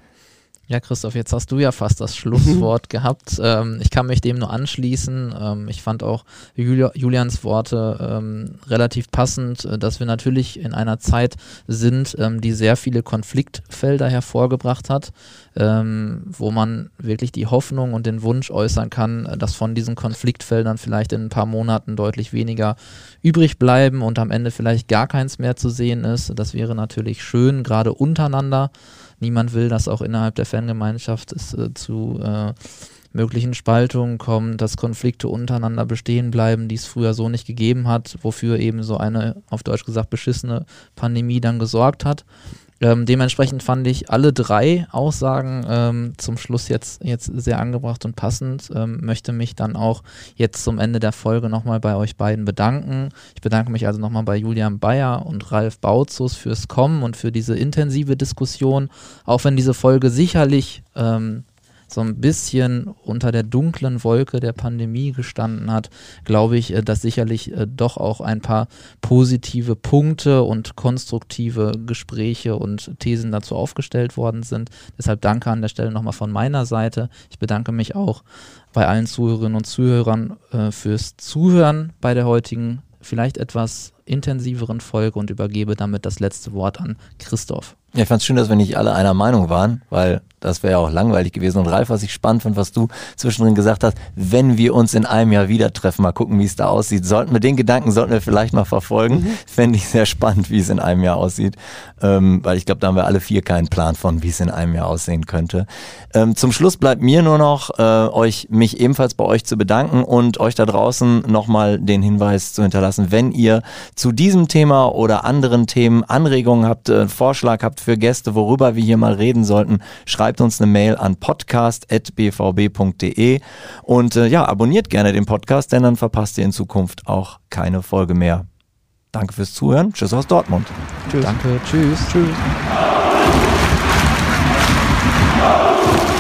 Ja, Christoph, jetzt hast du ja fast das Schlusswort gehabt. Ähm, ich kann mich dem nur anschließen. Ähm, ich fand auch Juli- Julians Worte ähm, relativ passend, äh, dass wir natürlich in einer Zeit sind, ähm, die sehr viele Konfliktfelder hervorgebracht hat, ähm, wo man wirklich die Hoffnung und den Wunsch äußern kann, dass von diesen Konfliktfeldern vielleicht in ein paar Monaten deutlich weniger übrig bleiben und am Ende vielleicht gar keins mehr zu sehen ist. Das wäre natürlich schön, gerade untereinander. Niemand will, dass auch innerhalb der Fangemeinschaft es äh, zu äh, möglichen Spaltungen kommt, dass Konflikte untereinander bestehen bleiben, die es früher so nicht gegeben hat, wofür eben so eine, auf Deutsch gesagt, beschissene Pandemie dann gesorgt hat. Ähm, dementsprechend fand ich alle drei Aussagen ähm, zum Schluss jetzt, jetzt sehr angebracht und passend. Ähm, möchte mich dann auch jetzt zum Ende der Folge nochmal bei euch beiden bedanken. Ich bedanke mich also nochmal bei Julian Bayer und Ralf Bautzus fürs Kommen und für diese intensive Diskussion. Auch wenn diese Folge sicherlich ähm, so ein bisschen unter der dunklen Wolke der Pandemie gestanden hat, glaube ich, dass sicherlich doch auch ein paar positive Punkte und konstruktive Gespräche und Thesen dazu aufgestellt worden sind. Deshalb danke an der Stelle nochmal von meiner Seite. Ich bedanke mich auch bei allen Zuhörerinnen und Zuhörern äh, fürs Zuhören bei der heutigen, vielleicht etwas intensiveren Folge und übergebe damit das letzte Wort an Christoph. Ja, ich fand es schön, dass wir nicht alle einer Meinung waren, weil das wäre ja auch langweilig gewesen. Und Ralf, was ich spannend fand, was du zwischendrin gesagt hast, wenn wir uns in einem Jahr wieder treffen, mal gucken, wie es da aussieht. Sollten wir den Gedanken, sollten wir vielleicht mal verfolgen. Mhm. Fände ich sehr spannend, wie es in einem Jahr aussieht. Ähm, weil ich glaube, da haben wir alle vier keinen Plan von, wie es in einem Jahr aussehen könnte. Ähm, zum Schluss bleibt mir nur noch, äh, euch, mich ebenfalls bei euch zu bedanken und euch da draußen nochmal den Hinweis zu hinterlassen, wenn ihr zu diesem Thema oder anderen Themen Anregungen habt, äh, Vorschlag habt für Gäste, worüber wir hier mal reden sollten, schreibt uns eine Mail an podcast at b v b punkt d e und äh, ja, abonniert gerne den Podcast, denn dann verpasst ihr in Zukunft auch keine Folge mehr. Danke fürs Zuhören. Tschüss aus Dortmund. Tschüss. Danke. Tschüss. Tschüss.